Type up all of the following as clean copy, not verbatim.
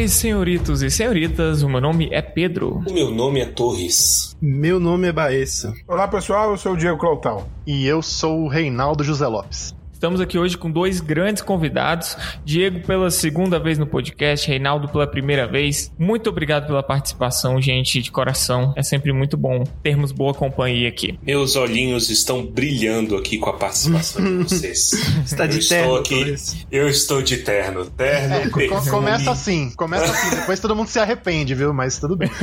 Oi, senhoritos e senhoritas, o meu nome é Pedro. O meu nome é Torres. Meu nome é Baessa. Olá pessoal, eu sou o Diego Cloutal. E eu sou o Reinaldo José Lopes. Estamos aqui hoje com dois grandes convidados, Diego pela segunda vez no podcast, Reinaldo pela primeira vez. Muito obrigado pela participação, gente, de coração. É sempre muito bom termos boa companhia aqui. Meus olhinhos estão brilhando aqui com a participação de vocês. Está de terno. Eu estou de terno. Terno. Começa assim, depois todo mundo se arrepende, viu? Mas tudo bem.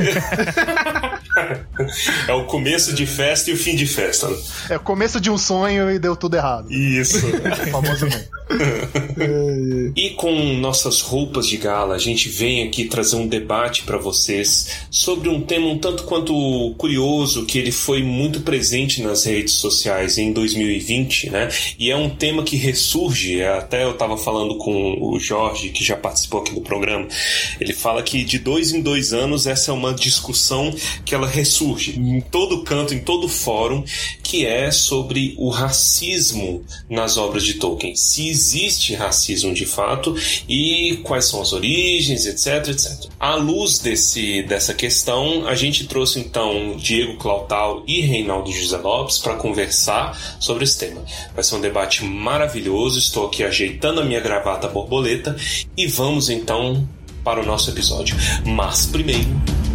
É o começo de festa e o fim de festa. É o começo de um sonho e deu tudo errado. Isso. O famoso mesmo. E com nossas roupas de gala, a gente vem aqui trazer um debate para vocês sobre um tema um tanto quanto curioso, que ele foi muito presente nas redes sociais em 2020, né? E é um tema que ressurge, até eu estava falando com o Jorge, que já participou aqui do programa, ele fala que de 2 em 2 anos essa é uma discussão que ela ressurge em todo canto, em todo fórum, que é sobre o racismo nas obras de Tolkien. Se existe racismo de fato e quais são as origens, etc, etc. À luz dessa questão, a gente trouxe então Diego Cloutal e Reinaldo José Lopes para conversar sobre esse tema. Vai ser um debate maravilhoso, estou aqui ajeitando a minha gravata borboleta e vamos então para o nosso episódio. Mas primeiro...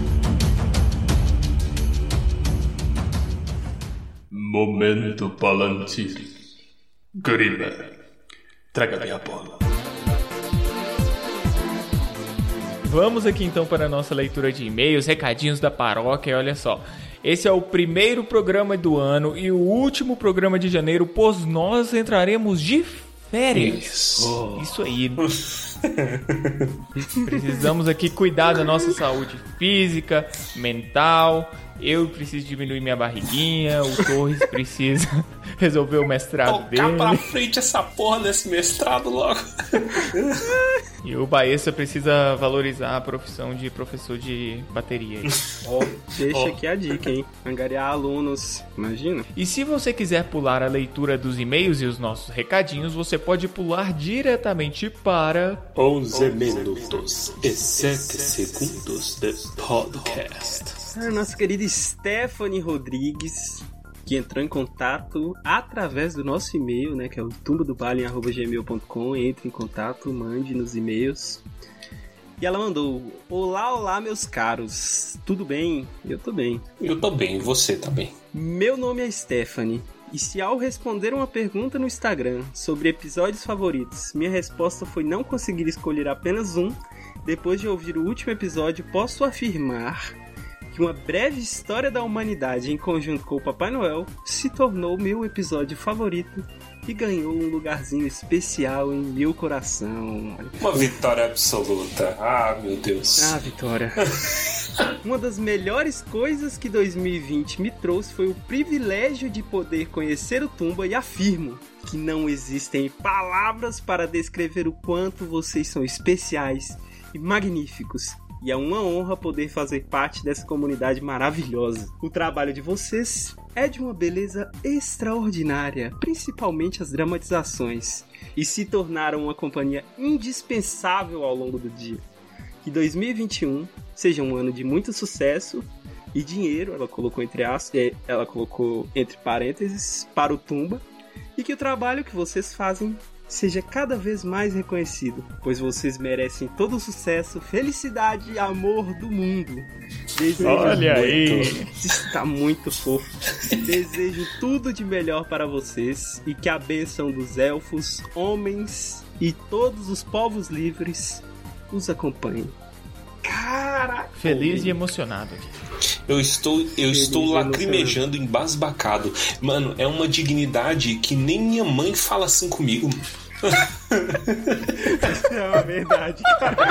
Momento Palantir. Guriba, traga-me a bola. Vamos aqui então para a nossa leitura de e-mails, recadinhos da paróquia. Olha só, esse é o primeiro programa do ano e o último programa de janeiro, pois nós entraremos de férias. Isso aí. Precisamos aqui cuidar da nossa saúde física, mental. Eu preciso diminuir minha barriguinha, o Torres precisa resolver o mestrado dele. Tocar pra frente essa porra desse mestrado logo. E o Baessa precisa valorizar a profissão de professor de bateria. Deixa aqui a dica, hein? Angariar alunos, imagina. E se você quiser pular a leitura dos e-mails e os nossos recadinhos, você pode pular diretamente para 11 minutos e 7 segundos de podcast. A nossa querida Stephanie Rodrigues, que entrou em contato através do nosso e-mail, né, que é o tumbadobalen@gmail.com. Entre em contato, mande nos e-mails. E ela mandou: olá, meus caros. Tudo bem? Eu tô bem. Eu tô bem, e você tá bem? Meu nome é Stephanie. E se ao responder uma pergunta no Instagram sobre episódios favoritos, minha resposta foi não conseguir escolher apenas um, depois de ouvir o último episódio, posso afirmar que uma breve história da humanidade em conjunto com o Papai Noel se tornou meu episódio favorito e ganhou um lugarzinho especial em meu coração. Uma vitória absoluta. Ah, meu Deus. Ah, vitória. Uma das melhores coisas que 2020 me trouxe foi o privilégio de poder conhecer o Tumba e afirmo que não existem palavras para descrever o quanto vocês são especiais e magníficos. E é uma honra poder fazer parte dessa comunidade maravilhosa. O trabalho de vocês é de uma beleza extraordinária, principalmente as dramatizações, e se tornaram uma companhia indispensável ao longo do dia. Que 2021 seja um ano de muito sucesso e dinheiro, ela colocou entre parênteses, para o Tumba, e que o trabalho que vocês fazem seja cada vez mais reconhecido, pois vocês merecem todo o sucesso, felicidade e amor do mundo. Olha aí! Está muito fofo. Desejo tudo de melhor para vocês e que a bênção dos elfos, homens e todos os povos livres os acompanhe. Caraca! Feliz e emocionado. Eu estou lacrimejando, embasbacado. Mano, é uma dignidade que nem minha mãe fala assim comigo. É uma verdade.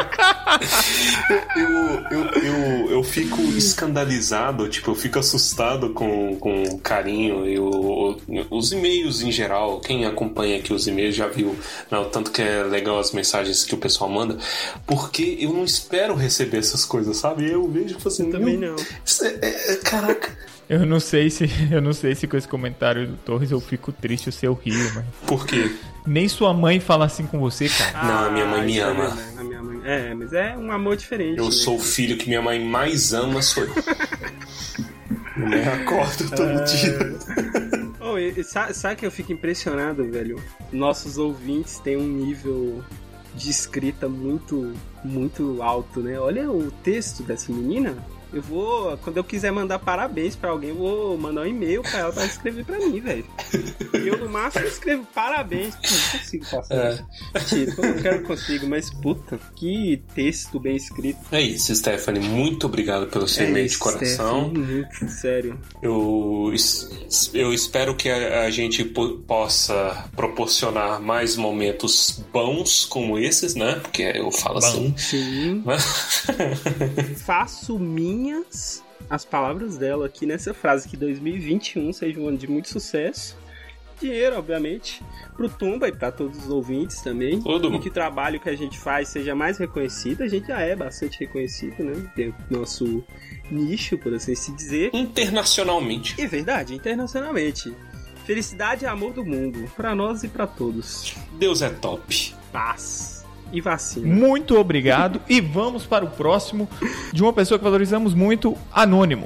Eu fico escandalizado, tipo, eu fico assustado com o carinho e os e-mails em geral. Quem acompanha aqui os e-mails já viu, né, o tanto que é legal as mensagens que o pessoal manda, porque eu não espero receber essas coisas, sabe? Eu vejo fazendo. Também não. Caraca. Eu não sei se com esse comentário do Torres eu fico triste ou se eu rio, mas... Por quê? Nem sua mãe fala assim com você, cara. Não, a minha mãe me ama. A minha mãe. Mas é um amor diferente. Eu sou o filho que minha mãe mais ama, sou eu. Eu me acordo todo dia. Sabe que eu fico impressionado, velho? Nossos ouvintes têm um nível de escrita muito, muito alto, né? Olha o texto dessa menina. Eu vou, quando eu quiser mandar parabéns pra alguém, eu vou mandar um e-mail pra ela pra escrever pra mim, velho. E eu, no máximo, escrevo parabéns. Não consigo passar. Tipo, eu não quero consigo, mas puta, que texto bem escrito. É isso, Stephanie. Muito obrigado pelo seu e-mail de coração. Muito sério. Eu espero que a gente possa proporcionar mais momentos bons como esses, né? Porque eu falo assim. Sim. Né? Faço as palavras dela aqui nessa frase, que 2021 seja um ano de muito sucesso, dinheiro, obviamente, pro Tumba e pra todos os ouvintes também, e que o trabalho que a gente faz seja mais reconhecido. A gente já é bastante reconhecido, né, dentro do nosso nicho, por assim se dizer. Internacionalmente. É verdade, internacionalmente. Felicidade e amor do mundo, pra nós e pra todos. Deus é top. Paz e vacina. Muito obrigado. E vamos para o próximo, de uma pessoa que valorizamos muito, Anônimo.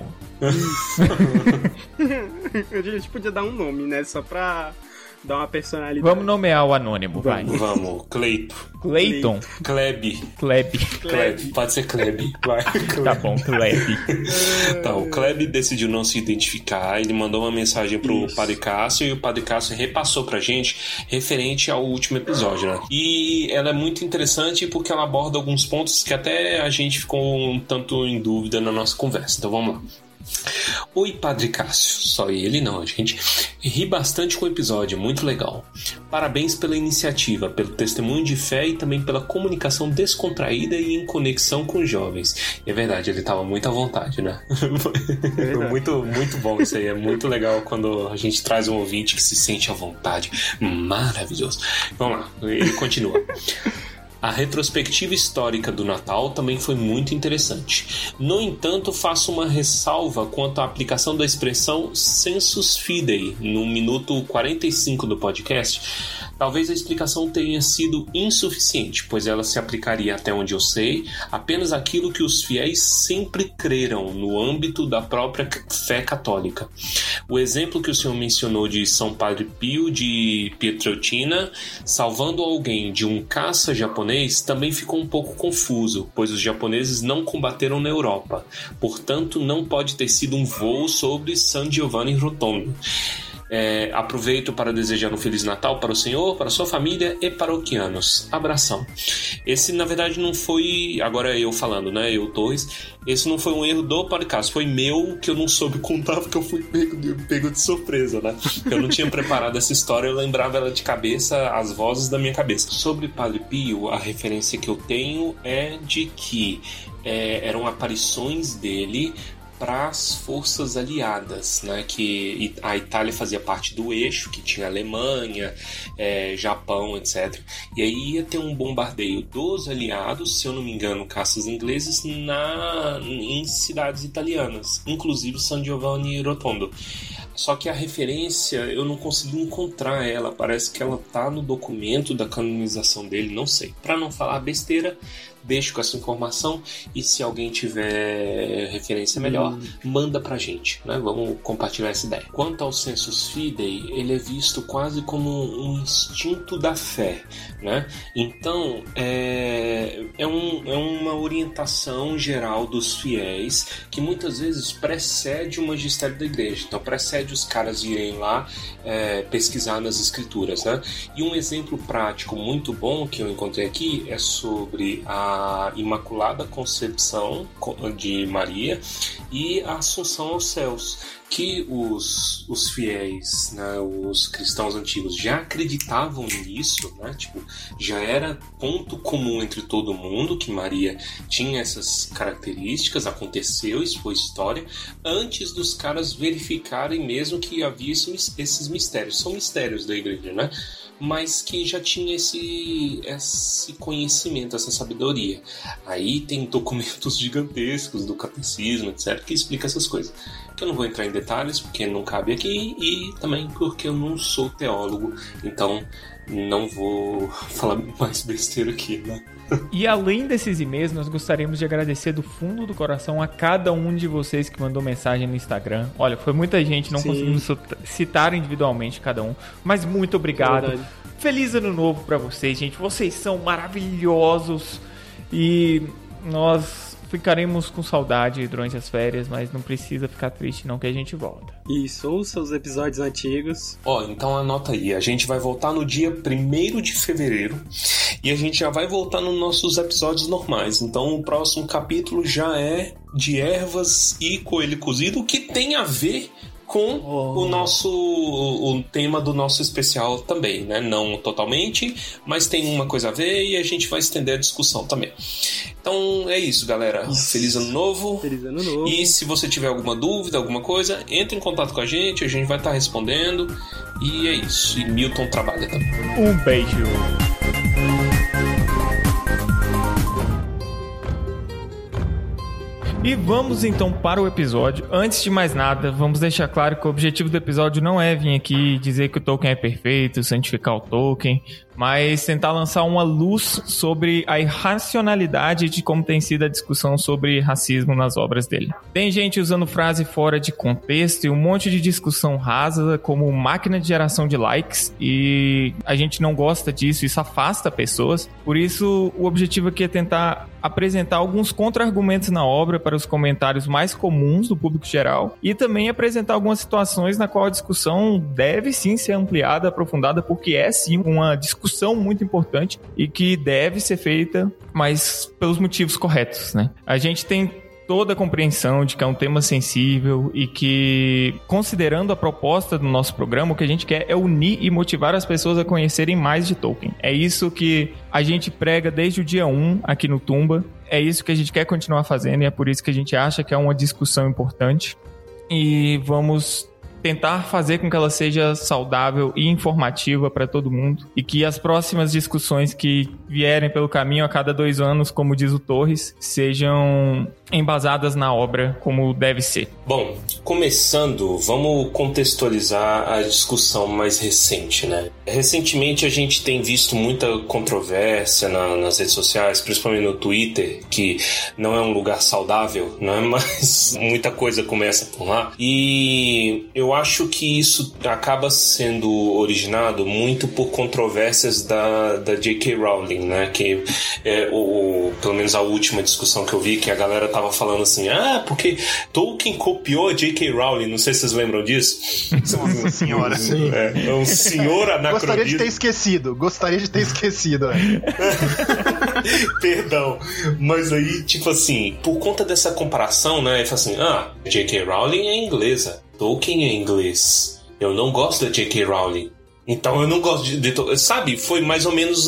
A gente podia dar um nome, né? Só pra dar uma personalidade. Vamos nomear o Anônimo, vai. Vamos, Cleiton. Kleb. Pode ser Kleb. Vai. Tá bom, Kleb. Tá, o Kleb decidiu não se identificar. Ele mandou uma mensagem pro Padre Cássio, e o Padre Cássio repassou pra gente referente ao último episódio, né? E ela é muito interessante porque ela aborda alguns pontos que até a gente ficou um tanto em dúvida na nossa conversa. Então vamos lá. Oi, Padre Cássio. Só ele não, gente. Ri bastante com o episódio, muito legal. Parabéns pela iniciativa, pelo testemunho de fé e também pela comunicação descontraída e em conexão com os jovens. É verdade, ele estava muito à vontade, né? Muito, muito bom isso aí. É muito legal quando a gente traz um ouvinte que se sente à vontade. Maravilhoso. Vamos lá, ele continua. A retrospectiva histórica do Natal também foi muito interessante. No entanto, faço uma ressalva quanto à aplicação da expressão sensus fidei no minuto 45 do podcast. Talvez a explicação tenha sido insuficiente, pois ela se aplicaria, até onde eu sei, apenas àquilo que os fiéis sempre creram no âmbito da própria fé católica. O exemplo que o senhor mencionou de São Padre Pio de Pietrelcina salvando alguém de um caça japonês também ficou um pouco confuso, pois os japoneses não combateram na Europa. Portanto, não pode ter sido um voo sobre San Giovanni Rotondo. Aproveito para desejar um Feliz Natal para o senhor, para a sua família e paroquianos. Abração. Esse, na verdade, não foi... Agora eu falando, né? Eu, Torres. Esse não foi um erro do podcast. Foi meu, que eu não soube contar, porque eu fui pego de surpresa, né? Eu não tinha preparado essa história, eu lembrava ela de cabeça, as vozes da minha cabeça. Sobre Padre Pio, a referência que eu tenho é de que eram aparições dele para as forças aliadas, né? Que a Itália fazia parte do eixo, que tinha Alemanha, Japão, etc. E aí ia ter um bombardeio dos aliados, se eu não me engano, caças ingleses, em cidades italianas, inclusive San Giovanni Rotondo. Só que a referência, eu não consegui encontrar ela. Parece que ela tá no documento da canonização dele, não sei. Para não falar besteira, deixo com essa informação, e se alguém tiver referência melhor, manda pra gente, né? Vamos compartilhar essa ideia. Quanto ao sensus fidei, ele é visto quase como um instinto da fé, né? Então, é uma orientação geral dos fiéis que muitas vezes precede o magistério da igreja. Então, precede os caras irem lá pesquisar nas escrituras, né? E um exemplo prático muito bom que eu encontrei aqui é sobre a Imaculada Concepção de Maria e a Assunção aos Céus, que os fiéis, né, os cristãos antigos já acreditavam nisso, né? Tipo, já era ponto comum entre todo mundo que Maria tinha essas características, aconteceu, isso foi história, antes dos caras verificarem mesmo que havia esses mistérios. São mistérios da igreja, né? Mas que já tinha esse conhecimento, essa sabedoria. Aí tem documentos gigantescos do catecismo, etc., que explica essas coisas. que eu não vou entrar em detalhes, porque não cabe aqui, e também porque eu não sou teólogo, então não vou falar mais besteira aqui, né? E além desses e-mails, nós gostaríamos de agradecer do fundo do coração a cada um de vocês que mandou mensagem no Instagram. Olha, foi muita gente, não conseguimos citar individualmente cada um, mas muito obrigado. Feliz ano novo pra vocês, gente. Vocês são maravilhosos e nós ficaremos com saudade durante as férias, mas não precisa ficar triste não, que a gente volta. Isso, ouça os episódios antigos. Então anota aí, a gente vai voltar no dia 1º de fevereiro e a gente já vai voltar nos nossos episódios normais. Então o próximo capítulo já é de ervas e coelho cozido, que tem a ver com o tema do nosso especial também, né? Não totalmente, mas tem uma coisa a ver e a gente vai estender a discussão também. Então é isso, galera. Feliz ano novo. Feliz ano novo. E se você tiver alguma dúvida, alguma coisa, entre em contato com a gente vai estar respondendo. E é isso. E Milton trabalha também. Um beijo. E vamos então para o episódio. Antes de mais nada, vamos deixar claro que o objetivo do episódio não é vir aqui dizer que o Tolkien é perfeito, santificar o Tolkien, mas tentar lançar uma luz sobre a irracionalidade de como tem sido a discussão sobre racismo nas obras dele. Tem gente usando frase fora de contexto e um monte de discussão rasa como máquina de geração de likes, e a gente não gosta disso, isso afasta pessoas. Por isso, o objetivo aqui é tentar apresentar alguns contra-argumentos na obra para os comentários mais comuns do público geral e também apresentar algumas situações na qual a discussão deve sim ser ampliada, aprofundada, porque é sim uma discussão muito importante e que deve ser feita, mas pelos motivos corretos, né? A gente tem toda a compreensão de que é um tema sensível e que, considerando a proposta do nosso programa, o que a gente quer é unir e motivar as pessoas a conhecerem mais de Tolkien. É isso que a gente prega desde o dia 1 aqui no Tumba, é isso que a gente quer continuar fazendo e é por isso que a gente acha que é uma discussão importante e vamos tentar fazer com que ela seja saudável e informativa para todo mundo e que as próximas discussões que vierem pelo caminho a cada 2 anos, como diz o Torres, sejam embasadas na obra como deve ser. Bom, começando, vamos contextualizar a discussão mais recente, né? Recentemente a gente tem visto muita controvérsia nas redes sociais, principalmente no Twitter, que não é um lugar saudável, né? Mas muita coisa começa por lá. E eu acho que isso acaba sendo originado muito por controvérsias da J.K. Rowling, né? Que pelo menos a última discussão que eu vi, que a galera tava falando assim, porque Tolkien copiou a J.K. Rowling, não sei se vocês lembram disso. Nossa senhora. É um senhor anacronismo. Gostaria de ter esquecido. Perdão, mas aí, tipo assim, por conta dessa comparação, né, ele fala assim, J.K. Rowling é inglesa, Tolkien é inglês, eu não gosto da J.K. Rowling. Então eu não gosto de... Sabe, foi mais ou menos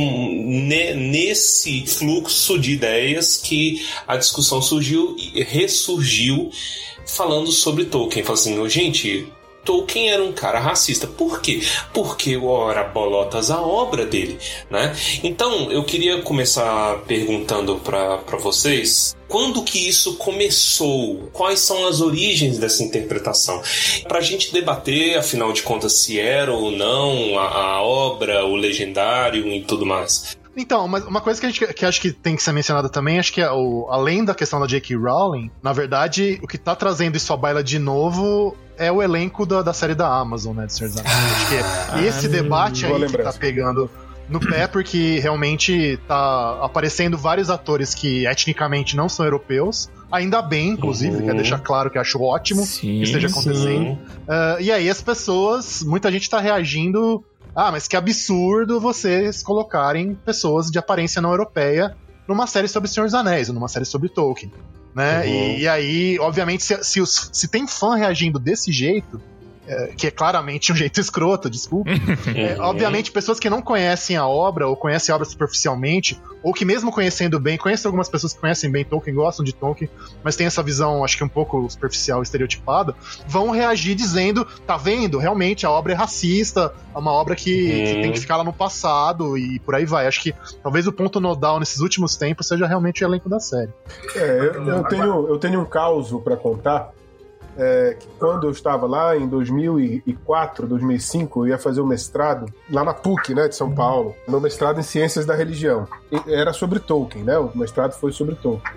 nesse fluxo de ideias que a discussão surgiu e ressurgiu falando sobre Tolkien. Falando assim, gente, Tolkien era um cara racista. Por quê? Porque ora bolotas a obra dele, né? Então eu queria começar perguntando para vocês... Quando que isso começou? Quais são as origens dessa interpretação? Para a gente debater, afinal de contas, se era ou não a obra, o legendário e tudo mais. Então, mas uma coisa que acho que tem que ser mencionada também, acho que além da questão da J.K. Rowling, na verdade, o que tá trazendo isso à baila de novo é o elenco da série da Amazon, né, de Senhor dos Anéis. Acho que esse debate aí que tá pegando no pé, porque realmente tá aparecendo vários atores que etnicamente não são europeus, ainda bem, inclusive, quero deixar claro que acho ótimo que esteja acontecendo. E aí as pessoas, muita gente tá reagindo, mas que absurdo vocês colocarem pessoas de aparência não europeia numa série sobre Senhor dos Anéis, ou numa série sobre Tolkien, né? E aí, obviamente, se tem fã reagindo desse jeito, que é claramente um jeito escroto, desculpa. Obviamente, pessoas que não conhecem a obra, ou conhecem a obra superficialmente, ou que mesmo conhecendo bem, conhecem algumas pessoas que conhecem bem Tolkien, gostam de Tolkien, mas tem essa visão, acho que um pouco superficial, estereotipada, vão reagir dizendo, tá vendo? Realmente, a obra é racista, é uma obra que tem que ficar lá no passado, e por aí vai. Acho que talvez o ponto nodal nesses últimos tempos seja realmente o elenco da série. Eu tenho um caos pra contar, que quando eu estava lá em 2004, 2005, eu ia fazer um mestrado lá na PUC, né, de São Paulo. Meu mestrado em Ciências da Religião. Era sobre Tolkien, né? O mestrado foi sobre Tolkien.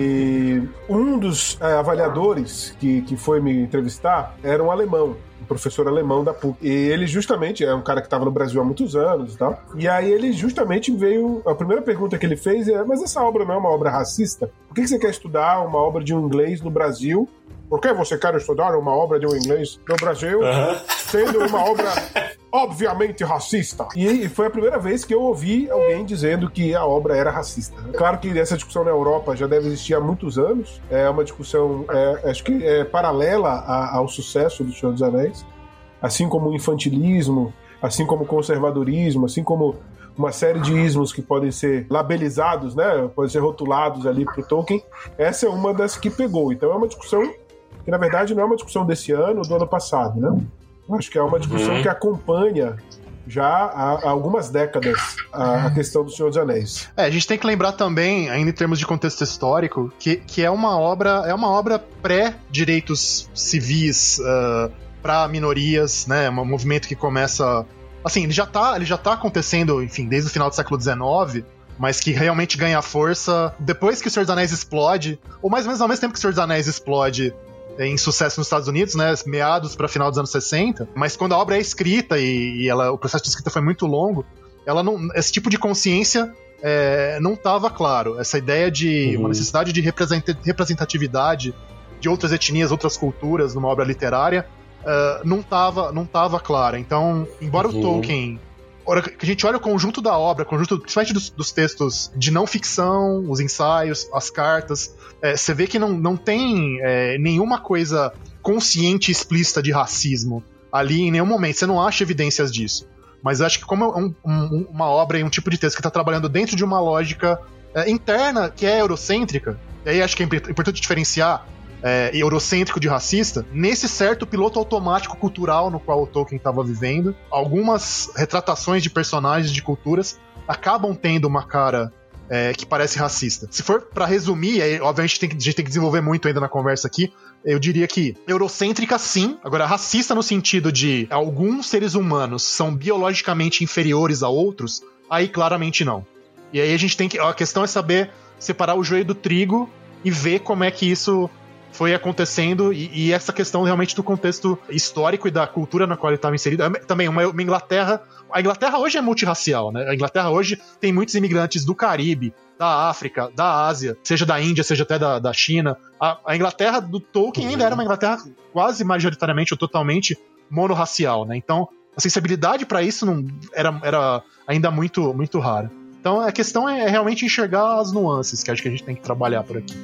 E um dos avaliadores que foi me entrevistar era um alemão, um professor alemão da PUC. E ele justamente é um cara que estava no Brasil há muitos anos e tal. E aí ele justamente veio... A primeira pergunta que ele fez é: mas essa obra não é uma obra racista? Por que você quer estudar uma obra de um inglês no Brasil? Por que você quer estudar uma obra de um inglês no Brasil, sendo uma obra obviamente racista? E foi a primeira vez que eu ouvi alguém dizendo que a obra era racista. Claro que essa discussão na Europa já deve existir há muitos anos. É uma discussão, acho que é paralela ao sucesso do Senhor dos Anéis. Assim como o infantilismo, assim como o conservadorismo, assim como uma série de ismos que podem ser labelizados, né? Podem ser rotulados ali pro Tolkien. Essa é uma das que pegou. Então é uma discussão que, na verdade, não é uma discussão desse ano ou do ano passado, né? Eu acho que é uma discussão que acompanha já há algumas décadas a questão do Senhor dos Anéis. A gente tem que lembrar também, ainda em termos de contexto histórico, que é uma obra pré-direitos civis para minorias, né? Um movimento que começa... Assim, ele já tá acontecendo, enfim, desde o final do século XIX, mas que realmente ganha força depois que o Senhor dos Anéis explode, ou mais ou menos ao mesmo tempo que o Senhor dos Anéis explode em sucesso nos Estados Unidos, né, meados para final dos anos 60, mas quando a obra é escrita e o processo de escrita foi muito longo, esse tipo de consciência não estava claro. Essa ideia de uma necessidade de representatividade de outras etnias, outras culturas numa obra literária não estava clara. Então, embora o Tolkien... Que a gente olha o conjunto da obra, principalmente dos textos de não ficção, os ensaios, as cartas, você vê que não tem nenhuma coisa consciente e explícita de racismo ali em nenhum momento. Você não acha evidências disso. Mas eu acho que como é uma obra e um tipo de texto que está trabalhando dentro de uma lógica interna que é eurocêntrica, e aí acho que é importante diferenciar eurocêntrico de racista, nesse certo piloto automático cultural no qual o Tolkien estava vivendo, algumas retratações de personagens, de culturas, acabam tendo uma cara que parece racista. Se for pra resumir, aí, obviamente a gente tem que desenvolver muito ainda na conversa aqui, eu diria que eurocêntrica sim, agora racista no sentido de alguns seres humanos são biologicamente inferiores a outros, aí claramente não. E aí a questão é saber separar o joio do trigo e ver como é que isso foi acontecendo, e essa questão realmente do contexto histórico e da cultura na qual ele estava inserido. Também uma Inglaterra... A Inglaterra hoje é multirracial, né? A Inglaterra hoje tem muitos imigrantes do Caribe, da África, da Ásia, seja da Índia, seja até da China. A Inglaterra do Tolkien ainda era uma Inglaterra quase majoritariamente ou totalmente monorracial, né? Então, a sensibilidade para isso não era ainda muito, muito rara. Então, a questão é realmente enxergar as nuances, que acho que a gente tem que trabalhar por aqui.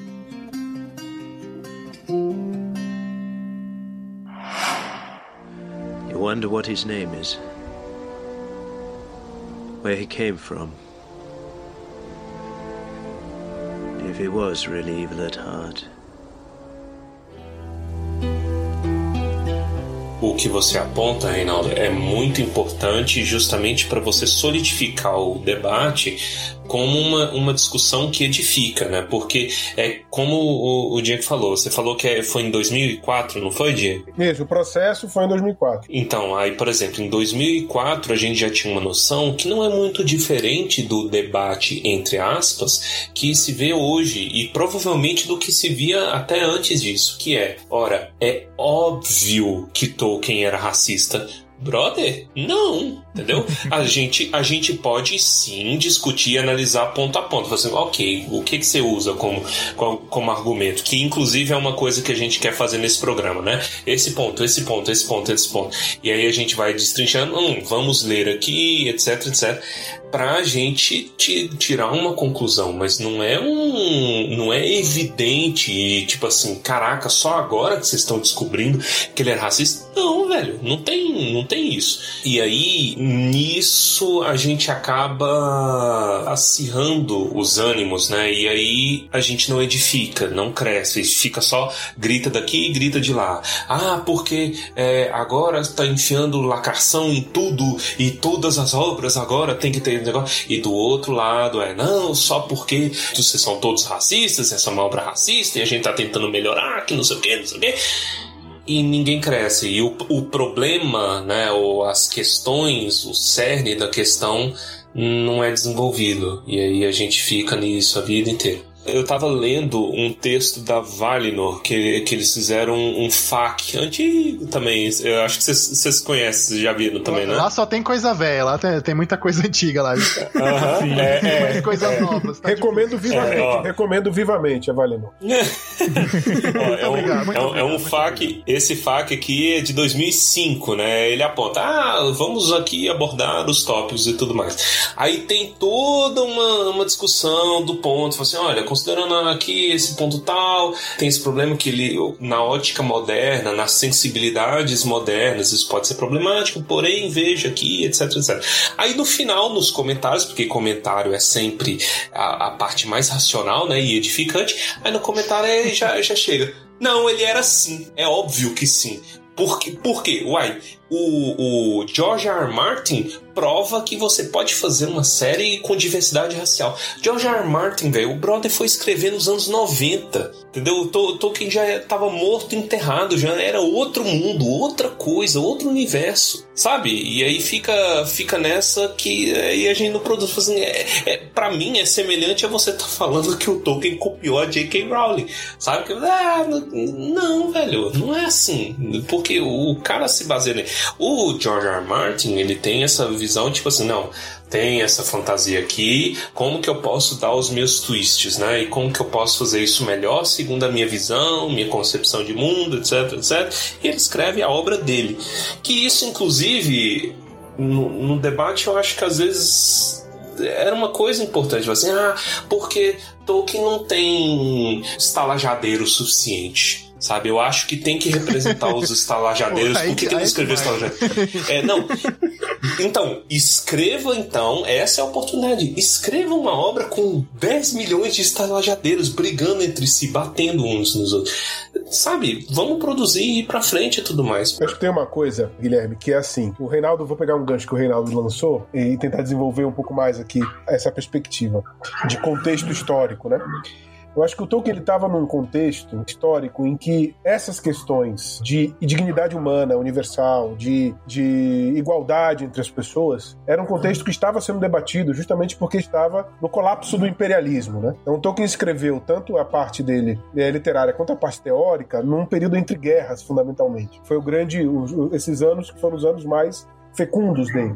You wonder what his name is, where he came from, if he was really evil at heart. O que você aponta, Reinaldo, é muito importante justamente para você solidificar o debate como uma discussão que edifica, né? Porque é como o Diego falou, você falou que foi em 2004, não foi, Diego? Isso, o processo foi em 2004. Então, aí, por exemplo, em 2004 a gente já tinha uma noção que não é muito diferente do debate, entre aspas, que se vê hoje e provavelmente do que se via até antes disso, que é, ora, é óbvio que Tolkien era racista. Brother, não, entendeu? A gente pode sim discutir e analisar ponto a ponto. Falar assim, ok, o que você usa como argumento? Que inclusive é uma coisa que a gente quer fazer nesse programa, né? Esse ponto. E aí a gente vai destrinchando, vamos ler aqui, etc, etc, pra gente tirar uma conclusão, mas não é evidente, tipo assim, caraca, só agora que vocês estão descobrindo que ele é racista? Não, velho, não tem isso. E aí, nisso, a gente acaba acirrando os ânimos, né? E aí a gente não edifica, não cresce, fica só grita daqui e grita de lá. porque agora está enfiando lacração em tudo e todas as obras agora tem que ter negócio. E do outro lado não, só porque vocês são todos racistas, essa é uma obra racista e a gente tá tentando melhorar, que não sei o que. e ninguém cresce. E o problema, né, ou as questões, o cerne da questão não é desenvolvido. E aí a gente fica nisso a vida inteira. Eu tava lendo um texto da Valinor, que eles fizeram um FAQ antigo também. Eu acho que vocês conhecem, vocês já viram também, né? Lá só tem coisa velha, lá tem muita coisa antiga lá. Sim. Coisas novas. Tá recomendo vivamente, recomendo vivamente a Valinor. É um FAQ, esse FAQ aqui é de 2005, né? Ele aponta, vamos aqui abordar os tópicos e tudo mais. Aí tem toda uma discussão do ponto, assim, olha, considerando aqui esse ponto tal, tem esse problema que ele, na ótica moderna, nas sensibilidades modernas, isso pode ser problemático, porém, veja aqui, etc, etc. Aí no final, nos comentários, porque comentário é sempre a parte mais racional, né, e edificante, aí no comentário já chega. Não, ele era sim, é óbvio que sim. Por quê? Uai, o George R. R. Martin prova que você pode fazer uma série com diversidade racial. George R. R. Martin, velho, o brother foi escrever nos anos 90, entendeu? O Tolkien já estava morto, enterrado, já era outro mundo, outra coisa, outro universo, sabe? E aí fica nessa que aí a gente não produz. Assim, pra mim é semelhante a você estar falando que o Tolkien copiou a J.K. Rowling, sabe? Não, velho, não é assim, porque o cara se baseia nele. O George R. R. Martin, ele tem essa visão, tipo assim, não, tem essa fantasia aqui, como que eu posso dar os meus twists, né? E como que eu posso fazer isso melhor, segundo a minha visão, minha concepção de mundo, etc, etc. E ele escreve a obra dele. Que isso, inclusive, no debate, eu acho que às vezes era uma coisa importante, assim, porque Tolkien não tem estalajadeiro suficiente. Sabe, eu acho que tem que representar os estalajadeiros. Por que não escrever estalajadeiros? Não. Então, escreva então, essa é a oportunidade. Escreva uma obra com 10 milhões de estalajadeiros brigando entre si, batendo uns nos outros. Sabe, vamos produzir e ir pra frente e tudo mais. Eu acho que tem uma coisa, Guilherme, que é assim, o Reinaldo, vou pegar um gancho que o Reinaldo lançou e tentar desenvolver um pouco mais aqui essa perspectiva de contexto histórico, né? Eu acho que o Tolkien estava num contexto histórico em que essas questões de dignidade humana, universal, de igualdade entre as pessoas, era um contexto que estava sendo debatido justamente porque estava no colapso do imperialismo, né? Então o Tolkien escreveu tanto a parte dele literária quanto a parte teórica num período entre guerras, fundamentalmente. Foi esses anos que foram os anos mais fecundos dele.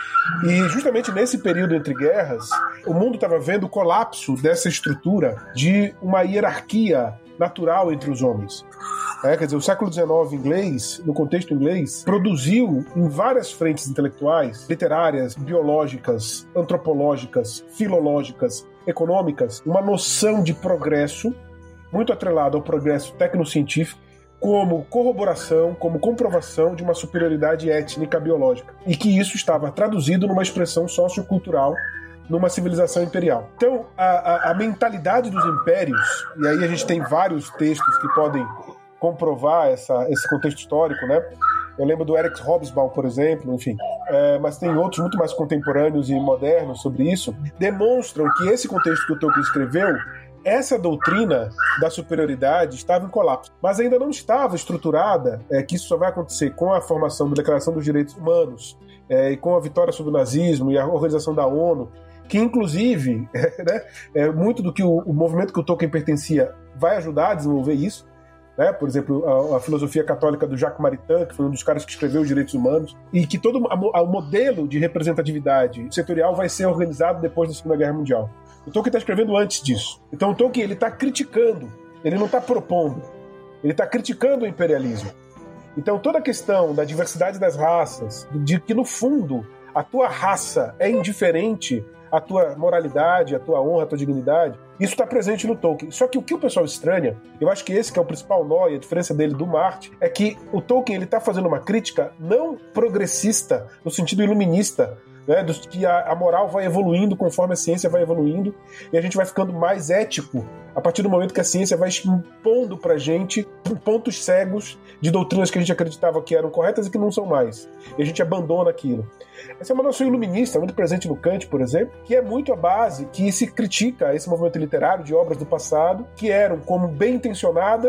E justamente nesse período entre guerras, o mundo estava vendo o colapso dessa estrutura de uma hierarquia natural entre os homens. Quer dizer, o século XIX inglês, no contexto inglês, produziu em várias frentes intelectuais, literárias, biológicas, antropológicas, filológicas, econômicas, uma noção de progresso muito atrelada ao progresso tecnocientífico, como corroboração, como comprovação de uma superioridade étnica biológica. E que isso estava traduzido numa expressão sociocultural numa civilização imperial. Então, a mentalidade dos impérios, e aí a gente tem vários textos que podem comprovar esse contexto histórico, né? Eu lembro do Eric Hobsbawm, por exemplo, enfim, mas tem outros muito mais contemporâneos e modernos sobre isso, demonstram que esse contexto que o Tolkien escreveu, essa doutrina da superioridade estava em colapso, mas ainda não estava estruturada, que isso só vai acontecer com a formação da Declaração dos Direitos Humanos e com a vitória sobre o nazismo e a organização da ONU, que inclusive, né, muito do que o movimento que o Tolkien pertencia vai ajudar a desenvolver isso, né? Por exemplo, a filosofia católica do Jacques Maritain, que foi um dos caras que escreveu os direitos humanos, e que todo o modelo de representatividade setorial vai ser organizado depois da Segunda Guerra Mundial. O Tolkien está escrevendo antes disso. Então o Tolkien está criticando, ele não está propondo, ele está criticando o imperialismo. Então toda a questão da diversidade das raças, de que no fundo a tua raça é indiferente à tua moralidade, à tua honra, à tua dignidade, isso está presente no Tolkien. Só que o que o pessoal estranha, eu acho que esse que é o principal nó e a diferença dele do Martin, é que o Tolkien está fazendo uma crítica não progressista, no sentido iluminista, né, que a moral vai evoluindo conforme a ciência vai evoluindo e a gente vai ficando mais ético a partir do momento que a ciência vai impondo pra gente pontos cegos de doutrinas que a gente acreditava que eram corretas e que não são mais. E a gente abandona aquilo. Essa é uma noção iluminista, muito presente no Kant, por exemplo, que é muito a base que se critica esse movimento literário de obras do passado que eram como bem intencionadas,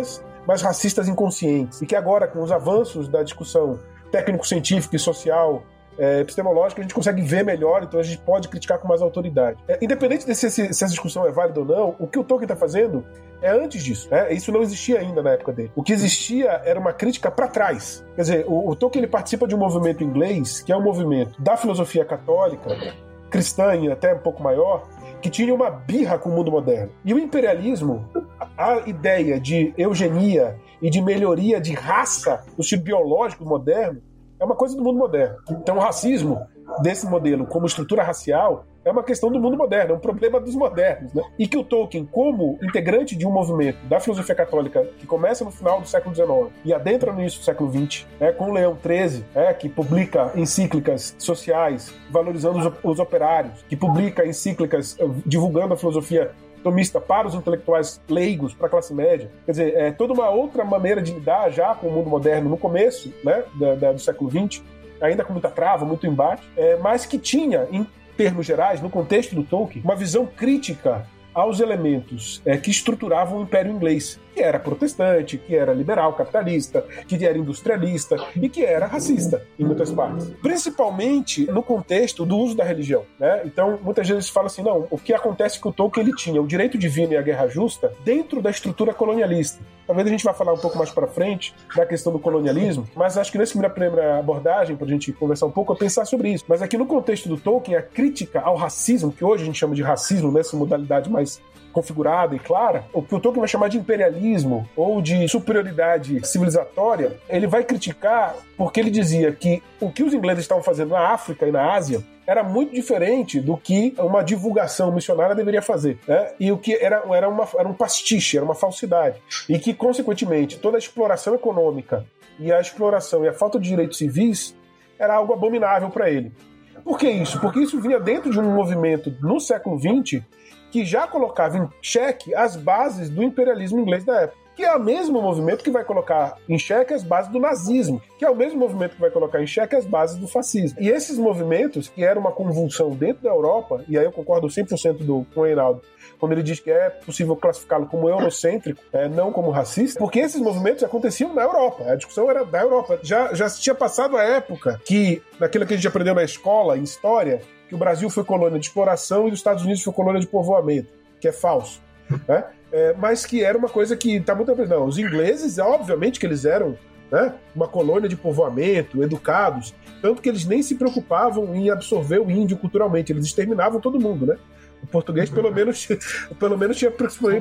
mas racistas inconscientes. E que agora, com os avanços da discussão técnico-científica e social, epistemológica, a gente consegue ver melhor, então a gente pode criticar com mais autoridade. Independente de se essa discussão é válida ou não, o que o Tolkien está fazendo é antes disso. Isso não existia ainda na época dele. O que existia era uma crítica para trás. Quer dizer, o Tolkien ele participa de um movimento inglês, que é um movimento da filosofia católica, cristã e até um pouco maior, que tinha uma birra com o mundo moderno. E o imperialismo, a ideia de eugenia e de melhoria de raça no sentido biológico moderno, é uma coisa do mundo moderno. Então o racismo desse modelo como estrutura racial é uma questão do mundo moderno, é um problema dos modernos, né? E que o Tolkien, como integrante de um movimento da filosofia católica que começa no final do século XIX e adentra no início do século XX, com Leão XIII, que publica encíclicas sociais valorizando os operários, que publica encíclicas divulgando a filosofia tomista para os intelectuais leigos, para a classe média. Quer dizer, é toda uma outra maneira de lidar já com o mundo moderno no começo, né, do século XX, ainda com muita trava, muito embate, mas que tinha, em termos gerais, no contexto do Tolkien, uma visão crítica aos elementos que estruturavam o Império Inglês, que era protestante, que era liberal, capitalista, que era industrialista e que era racista em muitas partes. Principalmente no contexto do uso da religião, né? Então, muitas vezes se fala assim, não, o que acontece que o Tolkien ele tinha o direito divino e a guerra justa dentro da estrutura colonialista. Talvez a gente vá falar um pouco mais para frente da questão do colonialismo, mas acho que nessa primeira abordagem, para a gente conversar um pouco, é pensar sobre isso. Mas aqui no contexto do Tolkien, a crítica ao racismo, que hoje a gente chama de racismo nessa modalidade mais configurada e clara, o que o Tolkien vai chamar de imperialismo ou de superioridade civilizatória, ele vai criticar porque ele dizia que o que os ingleses estavam fazendo na África e na Ásia era muito diferente do que uma divulgação missionária deveria fazer, né? E o que era um pastiche, era uma falsidade. E que, consequentemente, toda a exploração econômica e a exploração e a falta de direitos civis era algo abominável para ele. Por que isso? Porque isso vinha dentro de um movimento no século XX que já colocava em xeque as bases do imperialismo inglês da época, que é o mesmo movimento que vai colocar em xeque as bases do nazismo, que é o mesmo movimento que vai colocar em xeque as bases do fascismo. E esses movimentos, que era uma convulsão dentro da Europa, e aí eu concordo 100% com o Reinaldo, quando ele diz que é possível classificá-lo como eurocêntrico, não como racista, porque esses movimentos aconteciam na Europa, a discussão era da Europa. Já tinha passado a época que, naquilo que a gente aprendeu na escola, em história, que o Brasil foi colônia de exploração e os Estados Unidos foi colônia de povoamento, que é falso, né? Mas que era uma coisa que está muito presente. Não, os ingleses, obviamente que eles eram, né, uma colônia de povoamento, educados, tanto que eles nem se preocupavam em absorver o índio culturalmente, eles exterminavam todo mundo, né? O português pelo menos tinha preocupação.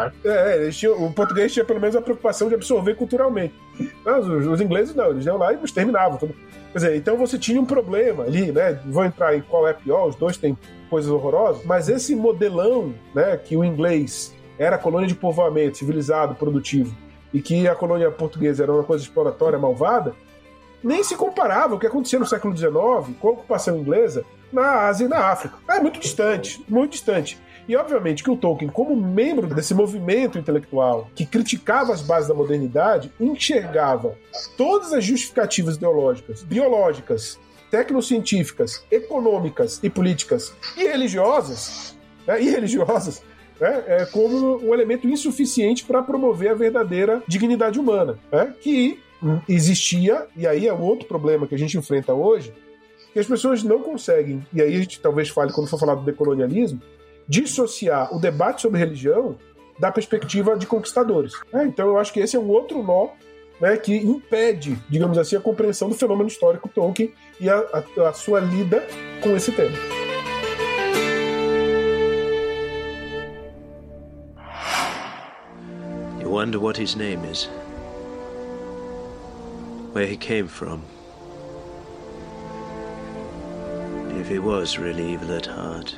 O português tinha pelo menos a preocupação de absorver culturalmente. Mas os ingleses não, eles iam lá e exterminavam tudo. Quer dizer, então você tinha um problema ali, né? Vou entrar em qual é pior, os dois têm coisas horrorosas, mas esse modelão, né, que o inglês era colônia de povoamento, civilizado, produtivo, e que a colônia portuguesa era uma coisa exploratória, malvada, nem se comparava o que acontecia no século XIX com a ocupação inglesa na Ásia e na África. É muito distante, muito distante. E, obviamente, que o Tolkien, como membro desse movimento intelectual que criticava as bases da modernidade, enxergava todas as justificativas ideológicas, biológicas, tecnocientíficas, econômicas e políticas e religiosas, como um elemento insuficiente para promover a verdadeira dignidade humana, né? Que existia, e aí é um outro problema que a gente enfrenta hoje, que as pessoas não conseguem, e aí a gente talvez fale quando for falar do decolonialismo, dissociar o debate sobre religião da perspectiva de conquistadores. Então eu acho que esse é um outro nó, né, que impede, digamos assim, a compreensão do fenômeno histórico Tolkien e a sua lida com esse tema. You wonder what his name is, where he came from, if he was really evil at heart.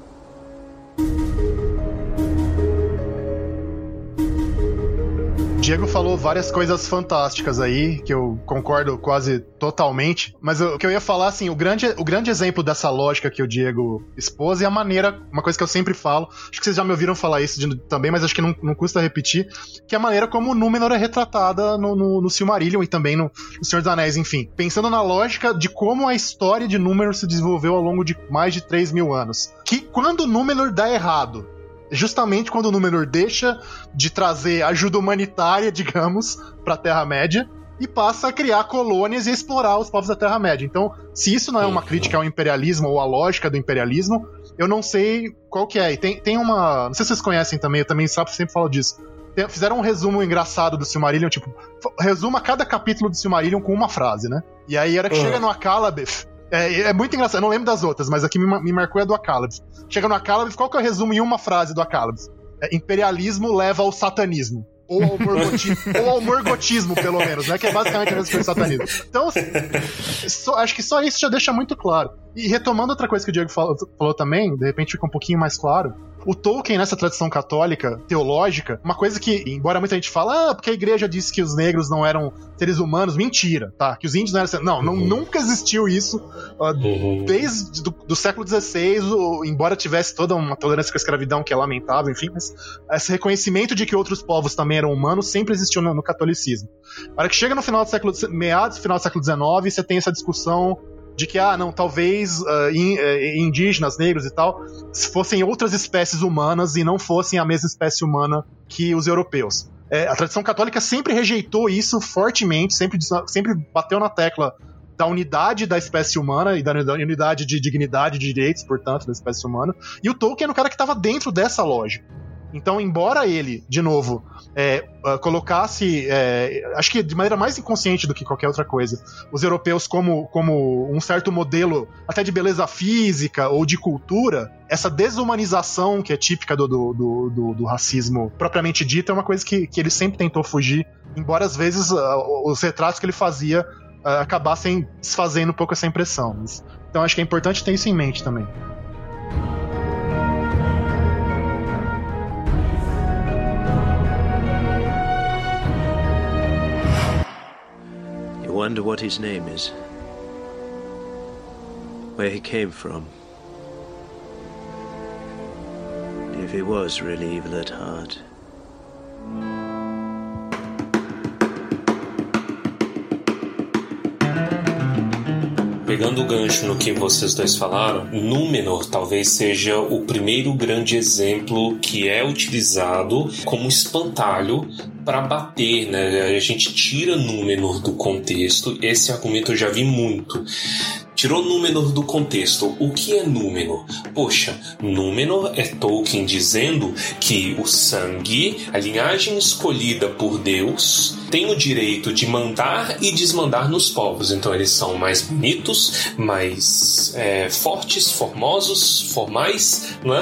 Diego falou várias coisas fantásticas aí, que eu concordo quase totalmente, mas o que eu ia falar, assim, o grande exemplo dessa lógica que o Diego expôs é a maneira, uma coisa que eu sempre falo, acho que vocês já me ouviram falar isso também, mas acho que não custa repetir, que é a maneira como o Númenor é retratada no Silmarillion e também no Senhor dos Anéis, enfim, pensando na lógica de como a história de Númenor se desenvolveu ao longo de mais de 3.000 anos. Que quando o Númenor dá errado, justamente quando o Númenor deixa de trazer ajuda humanitária, digamos, pra Terra-média, e passa a criar colônias e explorar os povos da Terra-média. Então, se isso não é uma crítica ao imperialismo ou à lógica do imperialismo, eu não sei qual que é. E tem uma... Não sei se vocês conhecem também, eu também sempre falo disso. Fizeram um resumo engraçado do Silmarillion, tipo, resuma cada capítulo do Silmarillion com uma frase, né? E aí, a hora que chega no Akalabeth, é muito engraçado, eu não lembro das outras, mas aqui me marcou é do Akalabeth. Chega no Akalabeth, qual que é o resumo em uma frase do Akalabeth? Imperialismo leva ao satanismo. Ou ao morgotismo, pelo menos, né? Que é basicamente a mesma coisa do satanismo. Então, acho que só isso já deixa muito claro. E retomando outra coisa que o Diego falou também, de repente fica um pouquinho mais claro. O Tolkien, nessa tradição católica, teológica, uma coisa que, embora muita gente fale, porque a igreja disse que os negros não eram seres humanos, mentira, tá? Que os índios não eram seres... Não, nunca existiu isso. Desde do século XVI, embora tivesse toda uma tolerância com a escravidão, que é lamentável, enfim, mas esse reconhecimento de que outros povos também eram humanos sempre existiu no catolicismo. A hora que chega no final do século... meados do final do século XIX, você tem essa discussão de que, talvez indígenas, negros e tal, fossem outras espécies humanas e não fossem a mesma espécie humana que os europeus. A tradição católica sempre rejeitou isso fortemente, sempre bateu na tecla da unidade da espécie humana e da unidade de dignidade, de direitos, portanto, da espécie humana. E o Tolkien era um cara que estava dentro dessa lógica. Então, embora ele, de novo, colocasse, acho que de maneira mais inconsciente do que qualquer outra coisa, os europeus como um certo modelo até de beleza física ou de cultura, essa desumanização que é típica do racismo propriamente dito é uma coisa que ele sempre tentou fugir, embora às vezes os retratos que ele fazia acabassem desfazendo um pouco essa impressão. Então acho que é importante ter isso em mente também. Wonder what his name is. Where he came from. If he was really evil at heart. Pegando o gancho no que vocês dois falaram, Númenor talvez seja o primeiro grande exemplo que é utilizado como espantalho para bater, né? A gente tira Númenor do contexto. Esse argumento eu já vi muito. Tirou Númenor do contexto. O que é Númenor? Poxa, Númenor é Tolkien dizendo que o sangue, a linhagem escolhida por Deus, tem o direito de mandar e desmandar nos povos. Então eles são mais bonitos, mais fortes, formosos, formais, né?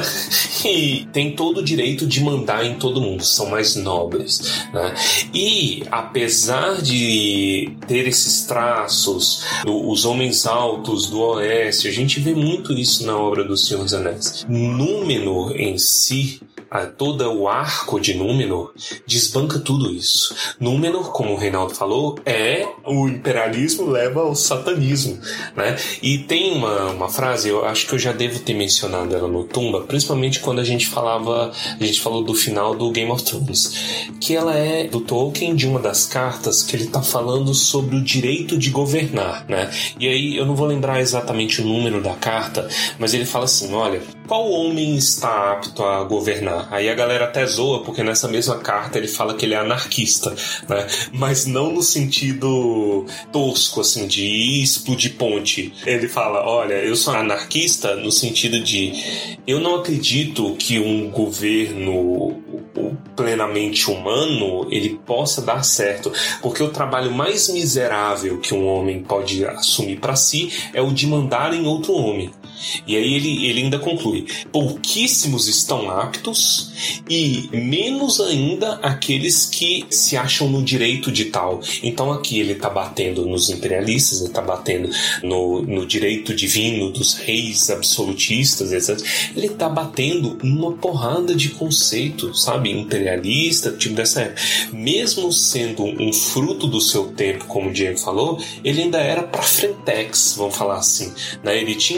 E tem todo o direito de mandar em todo mundo. São mais nobres, né? E apesar de ter esses traços, os homens altos do Oeste, a gente vê muito isso na obra do Senhor dos Anéis. Númenor em si, todo o arco de Númenor desbanca tudo isso. Númenor, como o Reinaldo falou, o imperialismo leva ao satanismo, né? E tem uma frase, eu acho que eu já devo ter mencionado ela no Tumba, principalmente quando a gente falou do final do Game of Thrones, que ela é do Tolkien, de uma das cartas que ele tá falando sobre o direito de governar, né? E aí eu não vou lembrar exatamente o número da carta, mas ele fala assim, olha, qual homem está apto a governar? Aí a galera até zoa, porque nessa mesma carta ele fala que ele é anarquista, né? Mas não no sentido tosco, assim, de explodir ponte. Ele fala, olha, eu sou anarquista no sentido de eu não acredito que um governo plenamente humano ele possa dar certo, porque o trabalho mais miserável que um homem pode assumir para si é o de mandar em outro homem. E aí ele ainda conclui, pouquíssimos estão aptos e menos ainda aqueles que se acham no direito de tal. Então aqui ele está batendo nos imperialistas, ele está batendo no direito divino dos reis absolutistas, etc. Ele está batendo numa porrada de conceito, sabe, imperialista, tipo dessa época. Mesmo sendo um fruto do seu tempo, como o Diego falou, ele ainda era para frentex, vamos falar assim, né? Ele tinha conceitos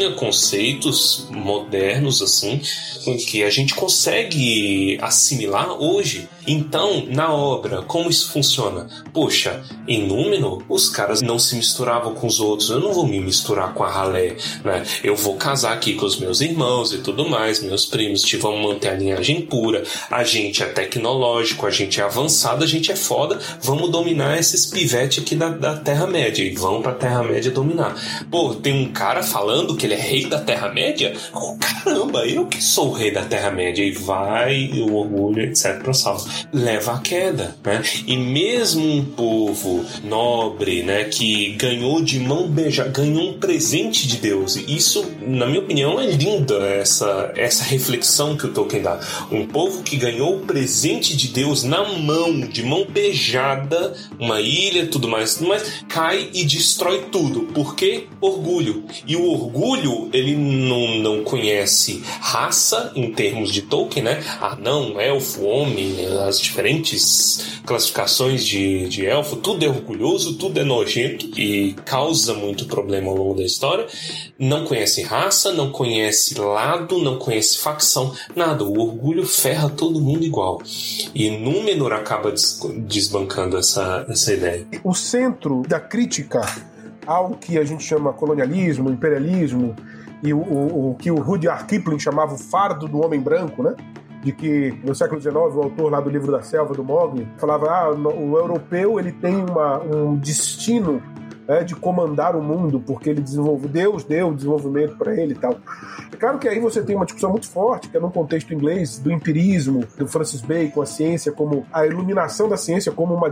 conceitos modernos, assim, que a gente consegue assimilar hoje. Então, na obra, como isso funciona? Poxa, em Númenor, os caras não se misturavam com os outros. Eu não vou me misturar com a ralé, né? Eu vou casar aqui com os meus irmãos e tudo mais, meus primos, vamos manter a linhagem pura. A gente é tecnológico, a gente é avançado, a gente é foda. Vamos dominar esses pivetes aqui da Terra-média. E vão pra Terra-média dominar. Pô, tem um cara falando que ele é rei da Terra-média? Oh, caramba, eu que sou o rei da Terra-média. E vai o orgulho, etc. pro salvo. Leva à queda, né? E mesmo um povo nobre, né, que ganhou de mão beijada, ganhou um presente de Deus. E isso, na minha opinião, é linda essa reflexão que o Tolkien dá. Um povo que ganhou o presente de Deus na mão, de mão beijada, uma ilha, tudo mais, cai e destrói tudo. Por quê? Orgulho. E o orgulho, ele não conhece raça em termos de Tolkien, né? Não, elfo, homem, as diferentes classificações de elfo, tudo é orgulhoso, tudo é nojento e causa muito problema ao longo da história. Não conhece raça, não conhece lado, não conhece facção, nada. O orgulho ferra todo mundo igual. E Númenor acaba desbancando essa ideia. O centro da crítica ao que a gente chama colonialismo, imperialismo, e o que o Rudyard Kipling chamava o fardo do homem branco, né? De que no século XIX, o autor lá do Livro da Selva, do Mowgli, falava o europeu ele tem um destino, né, de comandar o mundo, porque ele Deus deu desenvolvimento para ele e tal. É claro que aí você tem uma discussão muito forte, que é no contexto inglês, do empirismo, do Francis Bacon, a ciência como a iluminação da ciência como uma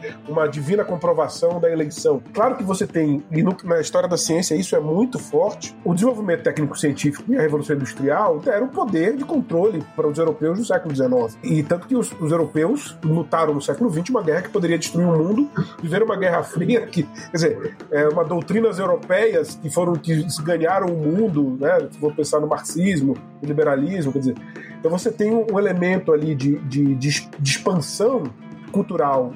divina comprovação da eleição. Claro que você tem, e na história da ciência isso é muito forte, o desenvolvimento técnico-científico e a Revolução Industrial deram poder de controle para os europeus do século XIX. E tanto que os europeus lutaram no século XX uma guerra que poderia destruir o mundo, viveram uma guerra fria que, quer dizer, uma doutrinas europeias que ganharam o mundo, né? Se for pensar no marxismo, no liberalismo, quer dizer, então você tem um elemento ali de expansão cultural